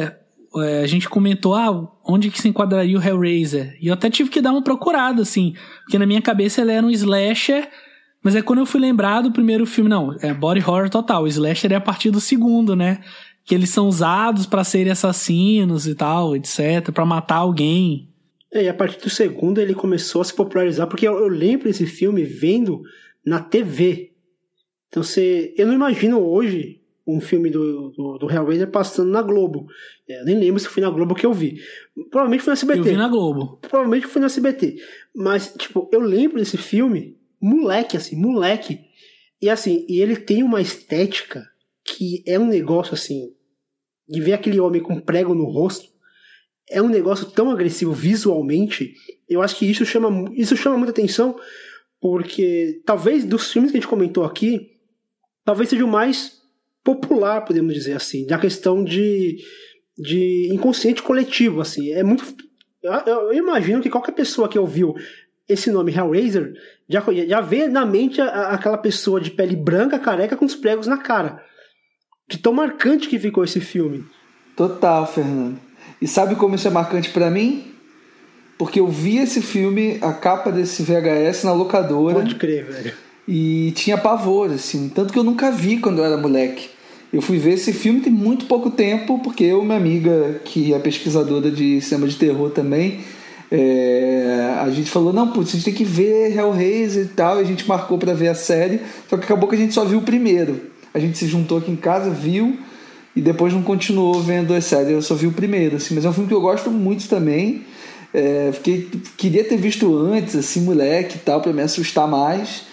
é, a gente comentou, ah, onde que se enquadraria o Hellraiser? E eu até tive que dar uma procurada, assim, porque na minha cabeça ele era um slasher, mas é quando eu fui lembrar do primeiro filme, não, é body horror total, o slasher é a partir do segundo, né? Que eles são usados pra serem assassinos e tal, etcétera, pra matar alguém. É, e a partir do segundo ele começou a se popularizar, porque eu, eu lembro esse filme vendo na T V. Então você, eu não imagino hoje um filme do, do, do Hellraiser passando na Globo. É, eu nem lembro se foi na Globo que eu vi. Provavelmente foi na S B T. Eu vi na Globo. Provavelmente foi na S B T. Mas, tipo, eu lembro desse filme, moleque, assim, moleque. E assim, e ele tem uma estética que é um negócio, assim, de ver aquele homem com prego no rosto, é um negócio tão agressivo visualmente. Eu acho que isso chama, isso chama muita atenção, porque talvez dos filmes que a gente comentou aqui, talvez seja o mais popular, podemos dizer assim, da questão de, de inconsciente coletivo, assim, é muito, eu, eu imagino que qualquer pessoa que ouviu esse nome Hellraiser, já, já vê na mente a, aquela pessoa de pele branca, careca, com os pregos na cara, de tão marcante que ficou esse filme. Total, Fernando. E sabe como isso é marcante pra mim? Porque eu vi esse filme, a capa desse V H S na locadora. Pode crer, velho. E tinha pavor, assim, tanto que eu nunca vi quando eu era moleque. Eu fui ver esse filme tem muito pouco tempo, porque eu e minha amiga, que é pesquisadora de cinema de terror também, é, a gente falou, não, putz, a gente tem que ver Hellraiser e tal, e a gente marcou pra ver a série, só que acabou que a gente só viu o primeiro. A gente se juntou aqui em casa, viu, e depois não continuou vendo a série, eu só vi o primeiro, assim, mas é um filme que eu gosto muito também. É, fiquei, queria ter visto antes, assim, moleque e tal, pra me assustar mais.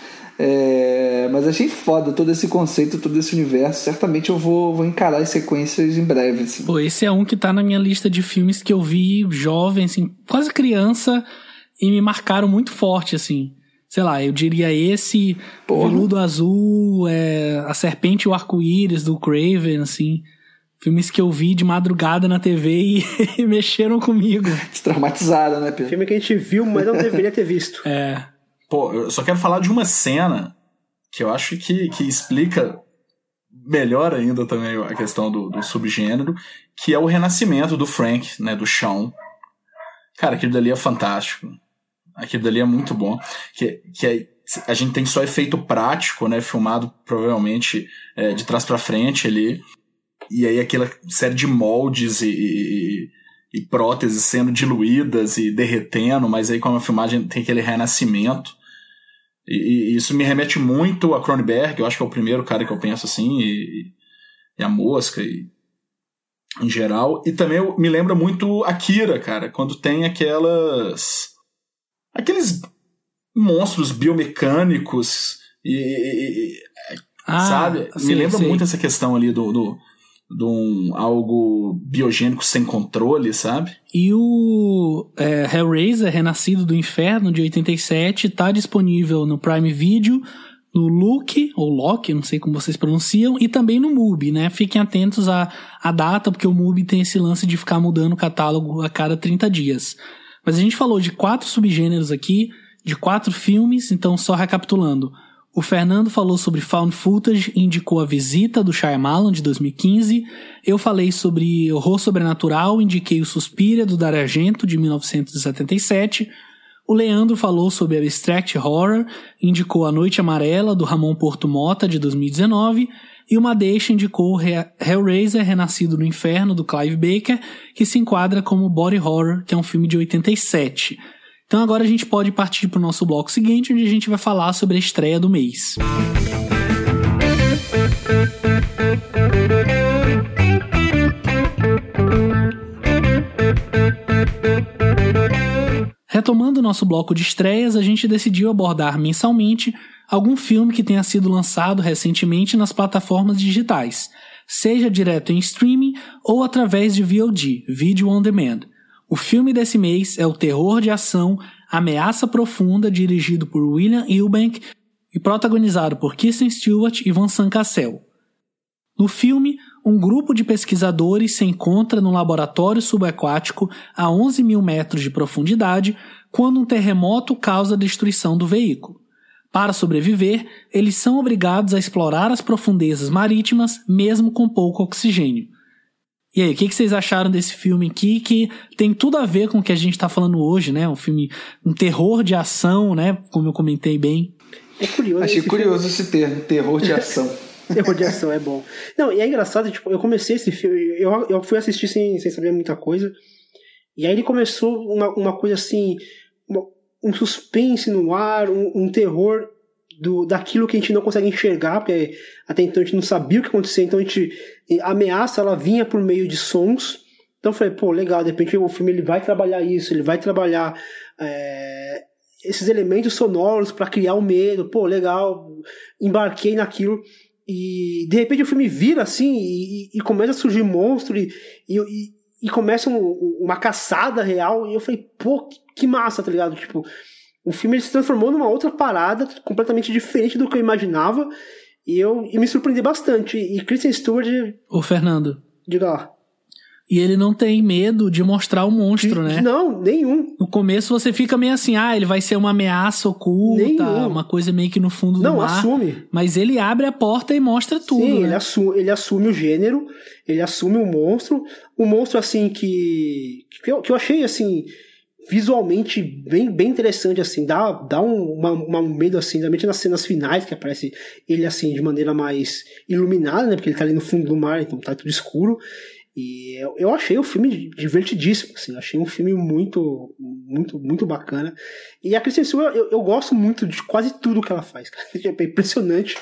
É, mas achei foda todo esse conceito, todo esse universo. Certamente eu vou, vou encarar as sequências em breve, assim. Pô, esse é um que tá na minha lista de filmes que eu vi jovem, assim, quase criança, e me marcaram muito forte, assim. Sei lá, eu diria esse, Porra. Veludo Azul, é, A Serpente e o Arco-Íris, do Craven, assim. Filmes que eu vi de madrugada na T V e, e mexeram comigo. Se traumatizaram, né, Pedro? Filme que a gente viu, mas não deveria ter visto. É. Pô, eu só quero falar de uma cena que eu acho que, que explica melhor ainda também a questão do, do subgênero, que é o renascimento do Frank, né, do Shaun. Cara, aquilo dali é fantástico. Aquilo dali é muito bom. Que, que é, a gente tem só efeito prático, né, filmado provavelmente é, de trás pra frente ali. E aí aquela série de moldes e, e, e próteses sendo diluídas e derretendo, mas aí com a filmagem tem aquele renascimento. E, e isso me remete muito a Cronenberg, eu acho que é o primeiro cara que eu penso assim, e, e a Mosca, e, em geral. E também me lembra muito Akira, cara, quando tem aquelas... aqueles monstros biomecânicos e... e ah, sabe? Sim, me lembra sim. muito essa questão ali do... do de um algo biogênico sem controle, sabe? E o é, Hellraiser, Renascido do Inferno, de oitenta e sete, tá disponível no Prime Video, no Look, ou Loki, não sei como vocês pronunciam, e também no Mubi, né? Fiquem atentos à, à data, porque o Mubi tem esse lance de ficar mudando o catálogo a cada trinta dias. Mas a gente falou de quatro subgêneros aqui, de quatro filmes, então só recapitulando. O Fernando falou sobre Found Footage e indicou A Visita, do Shyamalan, de dois mil e quinze. Eu falei sobre Horror Sobrenatural, indiquei o Suspiria, do Dario Argento, de mil novecentos e setenta e sete. O Leandro falou sobre Abstract Horror, indicou A Noite Amarela, do Ramon Porto Mota, de dois mil e dezenove. E o Madeixa indicou Hellraiser, Renascido no Inferno, do Clive Baker, que se enquadra como Body Horror, que é um filme de oitenta e sete. Então agora a gente pode partir para o nosso bloco seguinte, onde a gente vai falar sobre a estreia do mês. Retomando o nosso bloco de estreias, a gente decidiu abordar mensalmente algum filme que tenha sido lançado recentemente nas plataformas digitais, seja direto em streaming ou através de V O D, Video On Demand. O filme desse mês é o terror de ação Ameaça Profunda, dirigido por William Eubank e protagonizado por Kristen Stewart e Vincent Cassel. No filme, um grupo de pesquisadores se encontra num laboratório subaquático a onze mil metros de profundidade quando um terremoto causa a destruição do veículo. Para sobreviver, eles são obrigados a explorar as profundezas marítimas, mesmo com pouco oxigênio. E aí, o que, que vocês acharam desse filme aqui, que tem tudo a ver com o que a gente tá falando hoje, né? Um filme, um terror de ação, né? Como eu comentei bem. É curioso. Achei curioso filme. Esse termo, terror de ação. Terror de ação, é bom. Não, e é engraçado, tipo, eu comecei esse filme, eu, eu fui assistir sem, sem saber muita coisa, e aí ele começou uma, uma coisa assim, uma, um suspense no ar, um, um terror do, daquilo que a gente não consegue enxergar, porque até então a gente não sabia o que acontecia, então a gente, a ameaça, ela vinha por meio de sons. Então eu falei, pô, legal, de repente o filme ele vai trabalhar isso, ele vai trabalhar é, esses elementos sonoros para criar o medo, pô, legal, embarquei naquilo. E de repente o filme vira assim e, e começa a surgir monstro e, e, e começa um, uma caçada real. E eu falei, pô, que, que massa, tá ligado? Tipo, o filme ele se transformou numa outra parada completamente diferente do que eu imaginava. E eu e me surpreendi bastante. E Kristen Stewart... Ô, Fernando. Diga lá. E ele não tem medo de mostrar o monstro, de, né? Não, nenhum. No começo você fica meio assim, ah, ele vai ser uma ameaça oculta, nenhum. Uma coisa meio que no fundo não, do mar. Não, assume. Mas ele abre a porta e mostra tudo, Sim, né? ele, assume, ele assume o gênero, ele assume o monstro. Um monstro, assim, que, que, eu, que eu achei, assim, visualmente bem, bem interessante, assim. Dá, dá um, uma, uma medo, assim, realmente nas cenas finais, que aparece ele, assim, de maneira mais iluminada, né? Porque ele tá ali no fundo do mar, então tá tudo escuro. E eu, eu achei o filme divertidíssimo, assim, achei um filme muito, muito, muito bacana. E a Kristen Stewart, eu, eu gosto muito de quase tudo que ela faz, cara. É impressionante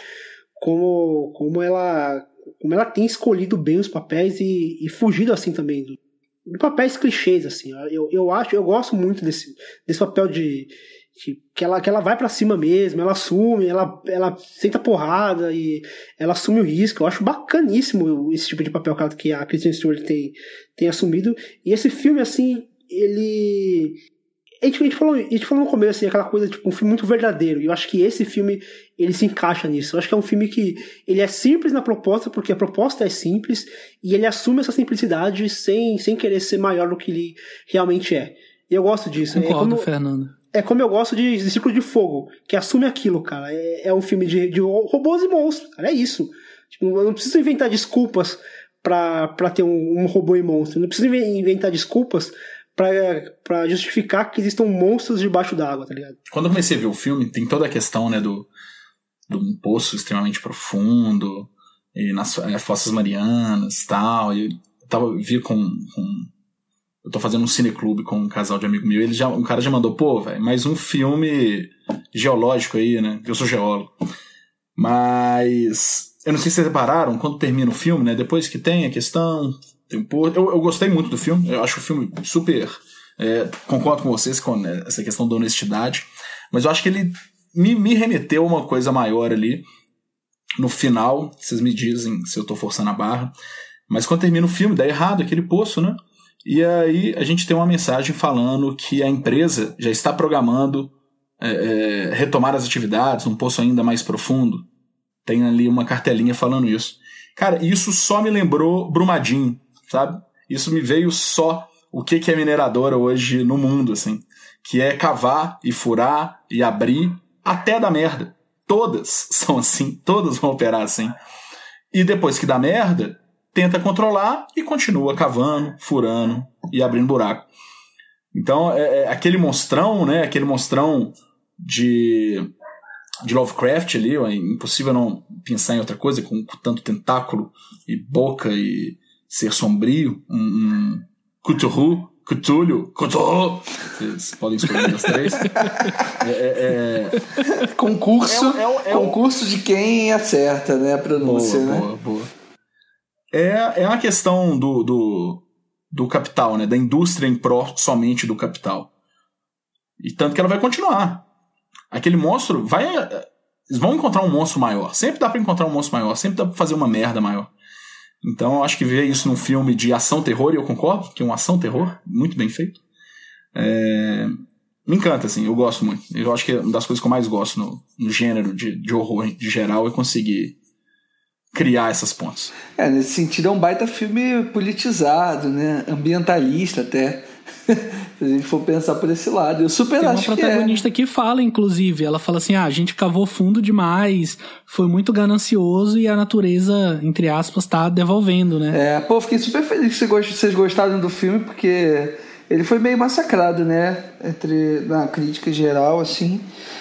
como, como, ela, como ela tem escolhido bem os papéis e, e fugido, assim, também do, de papéis clichês, assim. Eu, eu acho, eu gosto muito desse, desse papel de, de que, ela, que ela vai pra cima mesmo, ela assume, ela, ela senta porrada e ela assume o risco. Eu acho bacaníssimo esse tipo de papel que a Kristen Stewart tem, tem assumido. E esse filme, assim, ele... A gente, a, gente falou, a gente falou no começo, assim, aquela coisa, tipo, um filme muito verdadeiro. E eu acho que esse filme, ele se encaixa nisso. Eu acho que é um filme que ele é simples na proposta, porque a proposta é simples, e ele assume essa simplicidade sem, sem querer ser maior do que ele realmente é. E eu gosto disso. Concordo, é como, Fernando. É como eu gosto de, de Círculo de Fogo, que assume aquilo, cara. É, é um filme de, de robôs e monstros, cara. É isso. Tipo, eu não preciso inventar desculpas pra, pra ter um, um robô e monstro. Eu não preciso inventar desculpas pra, pra justificar que existam monstros debaixo d'água, tá ligado? Quando eu comecei a ver o filme, tem toda a questão, né, do, do um poço extremamente profundo, e nas é, Fossas Marianas e tal. E eu tava, vi com... com eu tô fazendo um cineclube com um casal de amigo meu, ele já, um cara já mandou, pô, velho, mais um filme geológico aí, né? Eu sou geólogo. Mas eu não sei se vocês repararam, quando termina o filme, né? Depois que tem a questão, tem um pô, eu, eu gostei muito do filme, eu acho o filme super... É, concordo com vocês com né, essa questão da honestidade, mas eu acho que ele me, me remeteu a uma coisa maior ali no final. Vocês me dizem se eu tô forçando a barra, mas quando termina o filme, dá errado aquele poço, né? E aí a gente tem uma mensagem falando que a empresa já está programando é, é, retomar as atividades num poço ainda mais profundo. Tem ali uma cartelinha falando isso. Cara, isso só me lembrou Brumadinho, sabe? Isso me veio só o que, que é mineradora hoje no mundo, assim. Que é cavar e furar e abrir até dar merda. Todas são assim, todas vão operar assim. E depois que dá merda, tenta controlar e continua cavando, furando e abrindo buraco. Então, é, é aquele monstrão, né? Aquele monstrão de, de Lovecraft ali, é impossível não pensar em outra coisa, com, com tanto tentáculo e boca e ser sombrio. Um, um Cthulhu, Cthulhu, Cthulhu. Vocês podem escolher as três. É, é, é... Concurso, é, é, é, concurso de quem acerta, né? A pronúncia, boa, né? Boa, boa. É, é uma questão do, do, do capital, né? Da indústria em pró somente do capital. E tanto que ela vai continuar. Aquele monstro vai... Eles vão encontrar um monstro maior. Sempre dá pra encontrar um monstro maior. Sempre dá pra fazer uma merda maior. Então eu acho que ver isso num filme de ação-terror, e eu concordo, que é um ação-terror, muito bem feito. É... Me encanta, assim. Eu gosto muito. Eu acho que uma das coisas que eu mais gosto no, no gênero de, de horror de geral é conseguir criar essas pontes. É, nesse sentido é um baita filme politizado, né? Ambientalista até. Se a gente for pensar por esse lado. Eu super Tem acho uma protagonista que, é. que fala, inclusive, ela fala assim, ah, a gente cavou fundo demais, foi muito ganancioso e a natureza, entre aspas, tá devolvendo, né? É, pô, fiquei super feliz que vocês gostaram do filme, porque ele foi meio massacrado, né? Entre, na crítica geral, assim.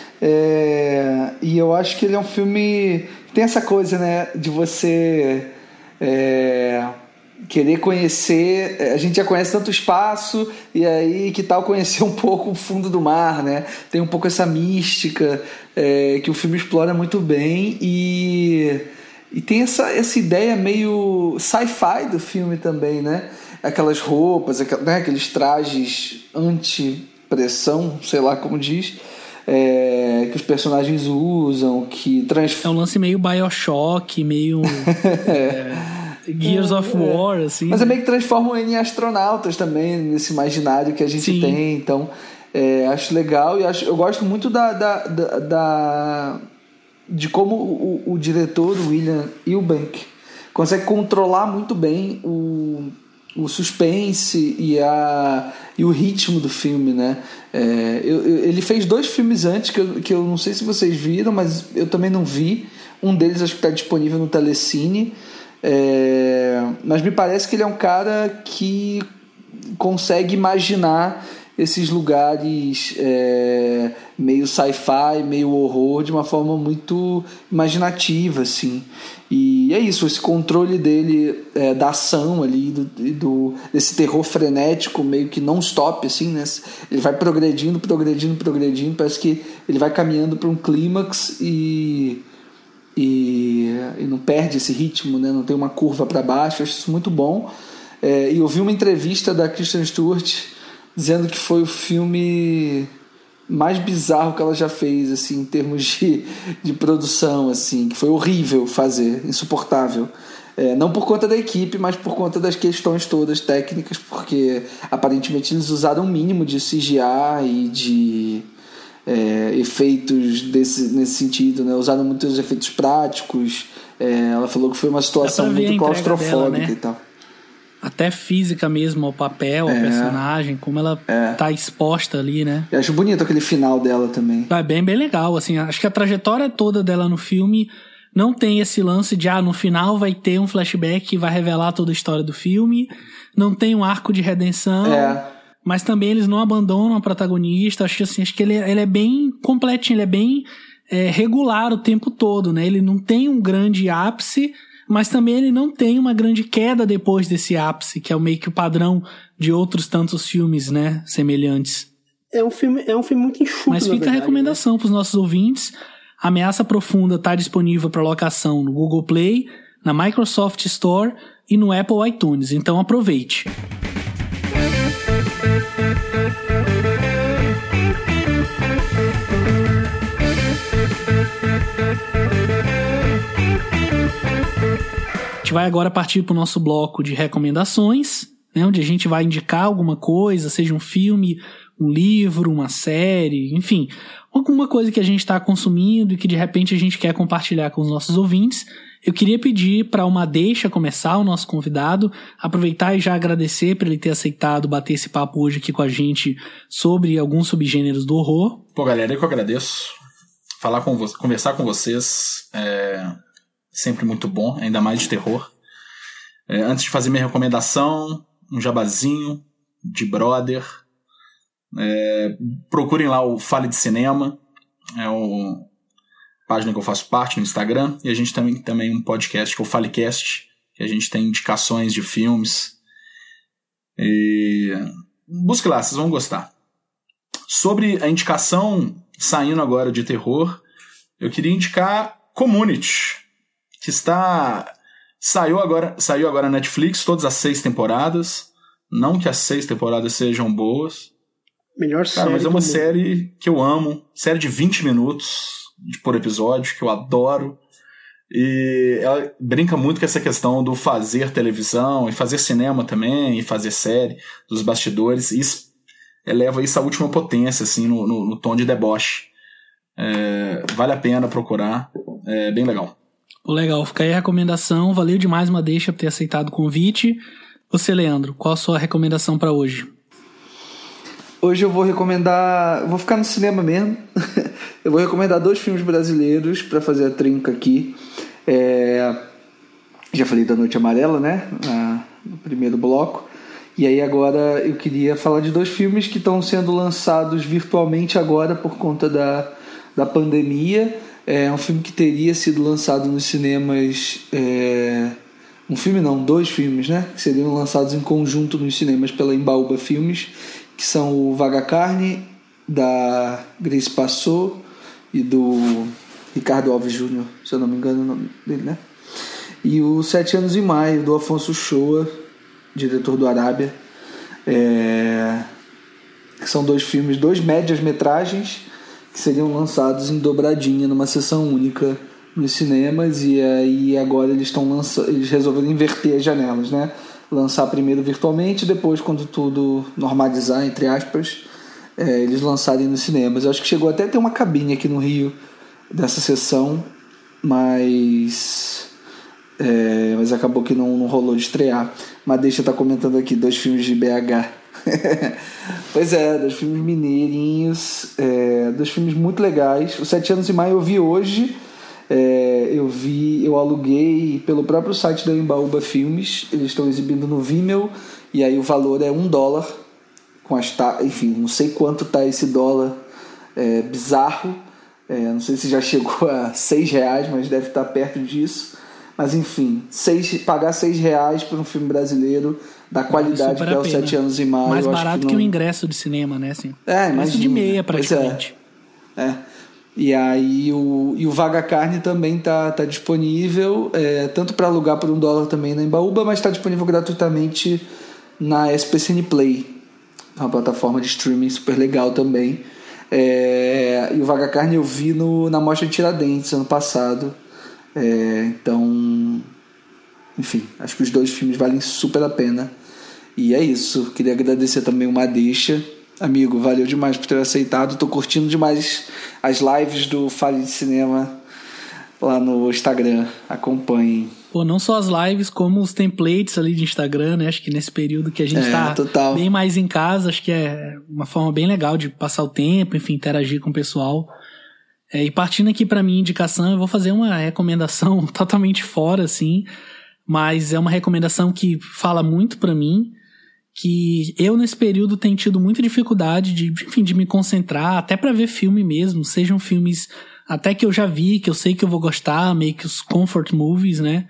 É, e eu acho que ele é um filme... Tem essa coisa, né? De você... É, querer conhecer, a gente já conhece tanto espaço, e aí que tal conhecer um pouco o fundo do mar, né? Tem um pouco essa mística é, que o filme explora muito bem, e, e tem essa, essa ideia meio sci-fi do filme também, né? Aquelas roupas, né? Aqueles trajes anti-pressão, sei lá como diz, é, que os personagens usam, que trans... É um lance meio Bioshock, meio... é... Gears of War, assim. Mas é meio que transformam em astronautas também, nesse imaginário que a gente Sim. tem. Então, é, acho legal. E acho, eu gosto muito da, da, da, da de como o, o diretor, William Eubank, consegue controlar muito bem o, o suspense e, a, e o ritmo do filme, né? É, eu, eu, ele fez dois filmes antes que eu, que eu não sei se vocês viram, mas eu também não vi. Um deles acho que está disponível no Telecine. É, mas me parece que ele é um cara que consegue imaginar esses lugares é, meio sci-fi, meio horror de uma forma muito imaginativa, assim. E é isso, esse controle dele é, da ação ali, do, do, desse terror frenético meio que non-stop, assim, né? Ele vai progredindo, progredindo, progredindo, parece que ele vai caminhando para um clímax e... E, e não perde esse ritmo, né? Não tem uma curva para baixo. Eu acho isso muito bom. É, e eu vi uma entrevista da Kristen Stewart dizendo que foi o filme mais bizarro que ela já fez, assim, em termos de, de produção, assim, que foi horrível fazer, insuportável. É, não por conta da equipe, mas por conta das questões todas técnicas, porque aparentemente eles usaram um mínimo de C G I e de... É, efeitos desse, nesse sentido, né? Usaram muitos efeitos práticos. É, ela falou que foi uma situação muito claustrofóbica dela, né? E tal. Até física mesmo, ao papel, ao é, personagem, como ela é. tá exposta ali, né? Eu acho bonito aquele final dela também. É bem, bem legal, assim. Acho que a trajetória toda dela no filme não tem esse lance de, ah, no final vai ter um flashback que vai revelar toda a história do filme. Não tem um arco de redenção. É. Mas também eles não abandonam a protagonista. Acho que, assim, acho que ele, ele é bem completinho, ele é bem é, regular o tempo todo, né? Ele não tem um grande ápice, mas também ele não tem uma grande queda depois desse ápice, que é meio que o padrão de outros tantos filmes, né? Semelhantes. É um filme, é um filme muito enxuto, mas fica verdade, a recomendação, né? Para os nossos ouvintes. Ameaça Profunda está disponível para locação no Google Play, na Microsoft Store e no Apple iTunes. Então aproveite. A gente vai agora partir para o nosso bloco de recomendações, né, onde a gente vai indicar alguma coisa, seja um filme, um livro, uma série, enfim, alguma coisa que a gente está consumindo e que de repente a gente quer compartilhar com os nossos ouvintes. Eu queria pedir para uma deixa começar, o nosso convidado, aproveitar e já agradecer por ele ter aceitado bater esse papo hoje aqui com a gente sobre alguns subgêneros do horror. Pô, galera, eu que agradeço. Falar com vo- conversar com vocês é sempre muito bom, ainda mais de terror. É, antes de fazer minha recomendação, um jabazinho de brother. É, procurem lá o Fale de Cinema, é o página que eu faço parte no Instagram, e a gente também tem um podcast que é o Falecast, que a gente tem indicações de filmes. E busque lá, vocês vão gostar. Sobre a indicação saindo agora de terror, eu queria indicar Community, que está saiu agora, saiu agora na Netflix, todas as seis temporadas. Não que as seis temporadas sejam boas. Melhor série. Cara, mas é uma série que eu amo. Série de vinte minutos por episódio, que eu adoro. E ela brinca muito com essa questão do fazer televisão, e fazer cinema também, e fazer série, dos bastidores. E isso eleva isso à última potência, assim, no, no, no tom de deboche. É, vale a pena procurar. É bem legal. Pô, legal, fica aí a recomendação. Valeu demais uma deixa por ter aceitado o convite. Você, Leandro, qual a sua recomendação para hoje? hoje eu vou recomendar... Vou ficar no cinema mesmo. Eu vou recomendar dois filmes brasileiros para fazer a trinca aqui. É... Já falei da Noite Amarela, né? Ah, no primeiro bloco. E aí agora eu queria falar de dois filmes que estão sendo lançados virtualmente agora por conta da, da pandemia. É um filme que teria sido lançado nos cinemas... É... Um filme não, dois filmes, né? Que seriam lançados em conjunto nos cinemas pela Embaúba Filmes, que são o Vaga Carne, da Grace Passot, e do Ricardo Alves Júnior, se eu não me engano o nome dele, né? E o Sete Anos e Maio, do Afonso Shoa, diretor do Arábia. É... Que são dois filmes, dois médias-metragens, que seriam lançados em dobradinha, numa sessão única nos cinemas, e aí agora eles estão lançando, eles resolveram inverter as janelas, né? Lançar primeiro virtualmente, depois, quando tudo normalizar, entre aspas, é, eles lançarem nos cinemas. Eu acho que chegou até a ter uma cabine aqui no Rio dessa sessão, mas é, mas acabou que não, não rolou de estrear. Mas deixa eu estar comentando aqui dois filmes de B H. Pois é, dois filmes mineirinhos, é, dois filmes muito legais. O Sete Anos e Maio eu vi hoje. É, eu vi, eu aluguei pelo próprio site da Embaúba Filmes. Eles estão exibindo no Vimeo, e aí o valor é um dólar com as ta... enfim, não sei quanto tá esse dólar, é bizarro, é, não sei se já chegou a seis reais, mas deve estar perto disso. Mas enfim, seis, pagar seis reais por um filme brasileiro da qualidade que é o Sete Anos e Maio, mais barato que, não... que o ingresso de cinema, né? Assim, é, imagina, de meia praticamente. É. é. E aí o, e o Vaga Carne também tá, tá disponível, é, tanto para alugar por um dólar também na Embaúba, mas está disponível gratuitamente na S P C N Play, uma plataforma de streaming super legal também. É, e o Vaga Carne eu vi no, na Mostra de Tiradentes ano passado. É, então, enfim, acho que os dois filmes valem super a pena. E é isso, queria agradecer também o Madeixa. Amigo, valeu demais por ter aceitado. Tô curtindo demais as lives do Fale de Cinema lá no Instagram. Acompanhem. Pô, não só as lives, como os templates ali de Instagram, né? Acho que nesse período que a gente é, tá total. bem mais em casa, acho que é uma forma bem legal de passar o tempo, enfim, interagir com o pessoal. É, e partindo aqui pra minha indicação, eu vou fazer uma recomendação totalmente fora, assim, mas é uma recomendação que fala muito pra mim, que eu nesse período tenho tido muita dificuldade de, enfim, de me concentrar, até pra ver filme mesmo, sejam filmes até que eu já vi, que eu sei que eu vou gostar, meio que os comfort movies, né?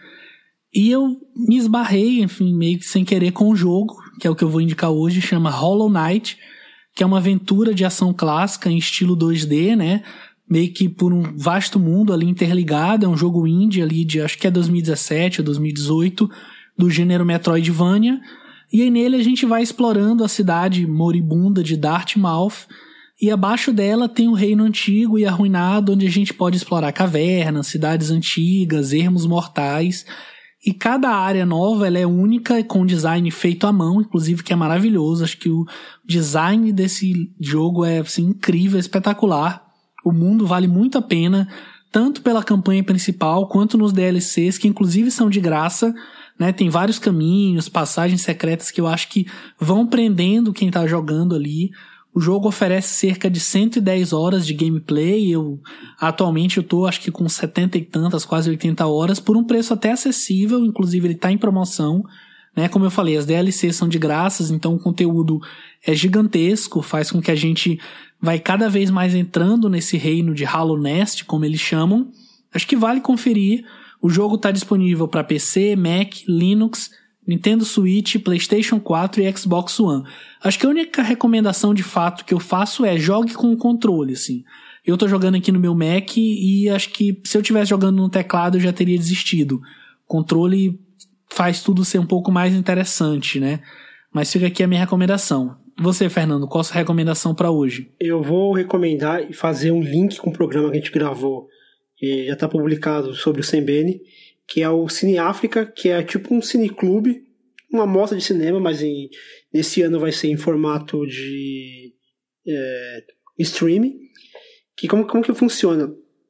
E eu me esbarrei, enfim, meio que sem querer com o jogo, que é o que eu vou indicar hoje, chama Hollow Knight, que é uma aventura de ação clássica em estilo dois D, né? Meio que por um vasto mundo ali interligado, é um jogo indie ali de, acho que é dois mil e dezessete ou dois mil e dezoito, do gênero Metroidvania. E aí nele a gente vai explorando a cidade moribunda de Dartmouth, e abaixo dela tem o reino antigo e arruinado, onde a gente pode explorar cavernas, cidades antigas, ermos mortais. E cada área nova ela é única, com design feito à mão, inclusive, que é maravilhoso. Acho que o design desse jogo é assim, incrível, espetacular. O mundo vale muito a pena, tanto pela campanha principal, quanto nos D L Cs, que inclusive são de graça, né? Tem vários caminhos, passagens secretas que eu acho que vão prendendo quem tá jogando ali. O jogo oferece cerca de cento e dez horas de gameplay. Eu, atualmente eu tô acho que com setenta e tantas, quase oitenta horas, por um preço até acessível, inclusive ele tá em promoção, né? Como eu falei, as D L Cs são de graças, então o conteúdo é gigantesco, faz com que a gente vai cada vez mais entrando nesse reino de Hollow Nest, como eles chamam. Acho que vale conferir. O jogo está disponível para P C, Mac, Linux, Nintendo Switch, PlayStation quatro e Xbox One. Acho que a única recomendação de fato que eu faço é jogue com o controle, assim. Eu tô jogando aqui no meu Mac e acho que se eu tivesse jogando no teclado eu já teria desistido. O controle faz tudo ser um pouco mais interessante, né? Mas fica aqui a minha recomendação. Você, Fernando, qual a sua recomendação para hoje? Eu vou recomendar e fazer um link com o programa que a gente gravou, que já está publicado, sobre o Sembene, que é o Cine África, que é tipo um cineclube, uma mostra de cinema, mas em, nesse ano vai ser em formato de é, streaming. Que como, como que funciona?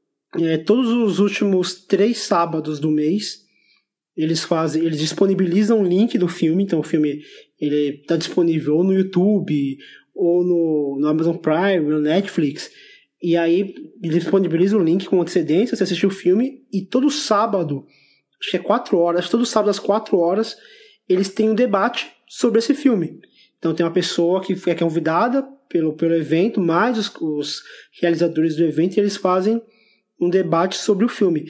É, todos os últimos três sábados do mês, eles fazem, eles disponibilizam o link do filme, então o filme ele está disponível ou no YouTube ou no, no Amazon Prime, no Netflix, e aí ele disponibiliza o link com antecedência, você assistiu o filme, e todo sábado, acho que é quatro horas, todo sábado às quatro horas, eles têm um debate sobre esse filme. Então tem uma pessoa que é convidada pelo, pelo evento, mais os, os realizadores do evento, e eles fazem um debate sobre o filme.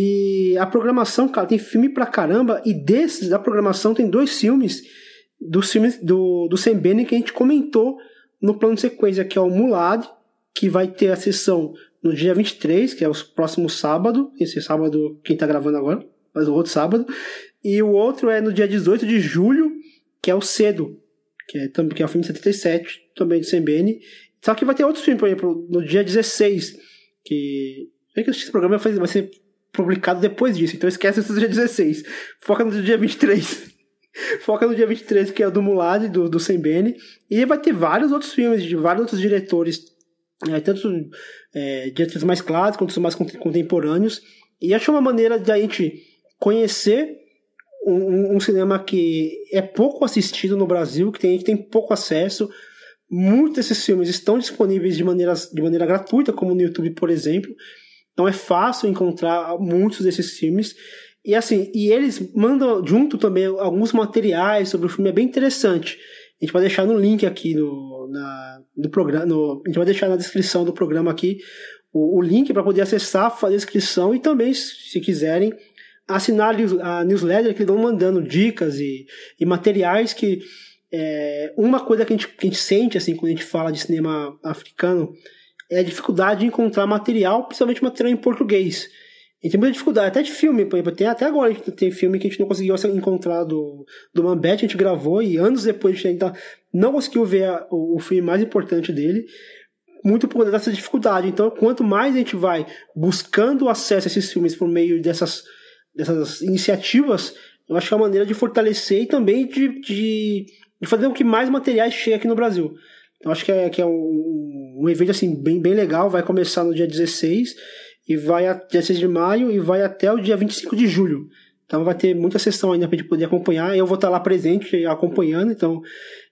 E a programação, cara, tem filme pra caramba, e desses, da programação, tem dois filmes, dos filmes do, do Sam Bennett que a gente comentou no plano de sequência, que é o Mulad, que vai ter a sessão no dia vinte e três, que é o próximo sábado, esse sábado quem tá gravando agora, mas o outro sábado, e o outro é no dia dezoito de julho, que é o Cedo, que é, que é o filme de setenta e sete, também do Sam Bennett. Só que vai ter outros filmes, por exemplo, no dia dezesseis, que... É que esse programa vai ser publicado depois disso, então esquece esse do dia dezesseis. Foca no dia vinte e três. Foca no dia vinte e três, que é o do Mulad, do, do Sam Bennett. E vai ter vários outros filmes, de vários outros diretores, é, tanto é, diretores mais clássicos quanto os mais contemporâneos. E acho uma maneira de a gente conhecer um, um cinema que é pouco assistido no Brasil, que tem, que tem pouco acesso. Muitos desses filmes estão disponíveis de maneira, de maneira gratuita, como no YouTube, por exemplo. Então é fácil encontrar muitos desses filmes. E assim, e eles mandam junto também alguns materiais sobre o filme, é bem interessante. A gente vai deixar no link aqui no, na, no programa, no, a gente vai deixar na descrição do programa aqui o, o link para poder acessar, fazer a inscrição e também, se quiserem, assinar a newsletter que eles vão mandando dicas e, e materiais que é, uma coisa que a, gente, que a gente sente assim, quando a gente fala de cinema africano é a dificuldade de encontrar material, principalmente material em português. A gente tem muita dificuldade, até de filme, por exemplo, tem, até agora a gente tem filme que a gente não conseguiu encontrar do, do Mambete, a gente gravou e anos depois a gente ainda não conseguiu ver a, o, o filme mais importante dele, muito por dessa dificuldade. Então, quanto mais a gente vai buscando acesso a esses filmes por meio dessas, dessas iniciativas, eu acho que é uma maneira de fortalecer e também de, de, de fazer com que mais materiais cheguem aqui no Brasil. Então, acho que é, que é um, um evento assim, bem, bem legal, vai começar no dia dezesseis e vai até dezesseis de maio e vai até o dia vinte e cinco de julho. Então vai ter muita sessão ainda para a gente poder acompanhar. Eu vou estar lá presente, acompanhando, então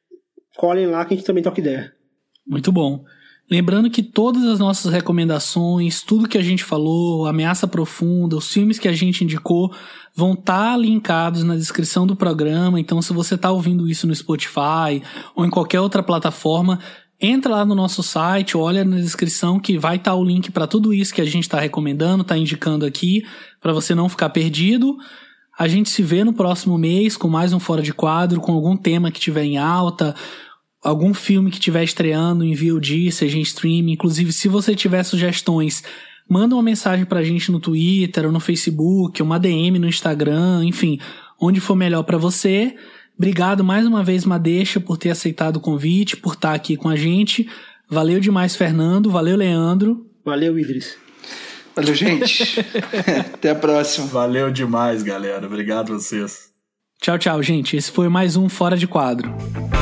colhem lá que a gente também troca ideia. Muito bom. Lembrando que todas as nossas recomendações, tudo que a gente falou, Ameaça Profunda, os filmes que a gente indicou, vão estar linkados na descrição do programa. Então, se você está ouvindo isso no Spotify ou em qualquer outra plataforma, entra lá no nosso site, olha na descrição que vai estar o link para tudo isso que a gente está recomendando, está indicando aqui, para você não ficar perdido. A gente se vê no próximo mês com mais um Fora de Quadro, com algum tema que tiver em alta, algum filme que estiver estreando em V O D, seja em streaming. Inclusive, se você tiver sugestões, manda uma mensagem pra gente no Twitter ou no Facebook, uma D M no Instagram, enfim, onde for melhor pra você. Obrigado mais uma vez, Madeixa, por ter aceitado o convite, por estar aqui com a gente. Valeu demais, Fernando. Valeu, Leandro. Valeu, Idris. Valeu, gente. Até a próxima. Valeu demais, galera. Obrigado a vocês. Tchau, tchau, gente. Esse foi mais um Fora de Quadro.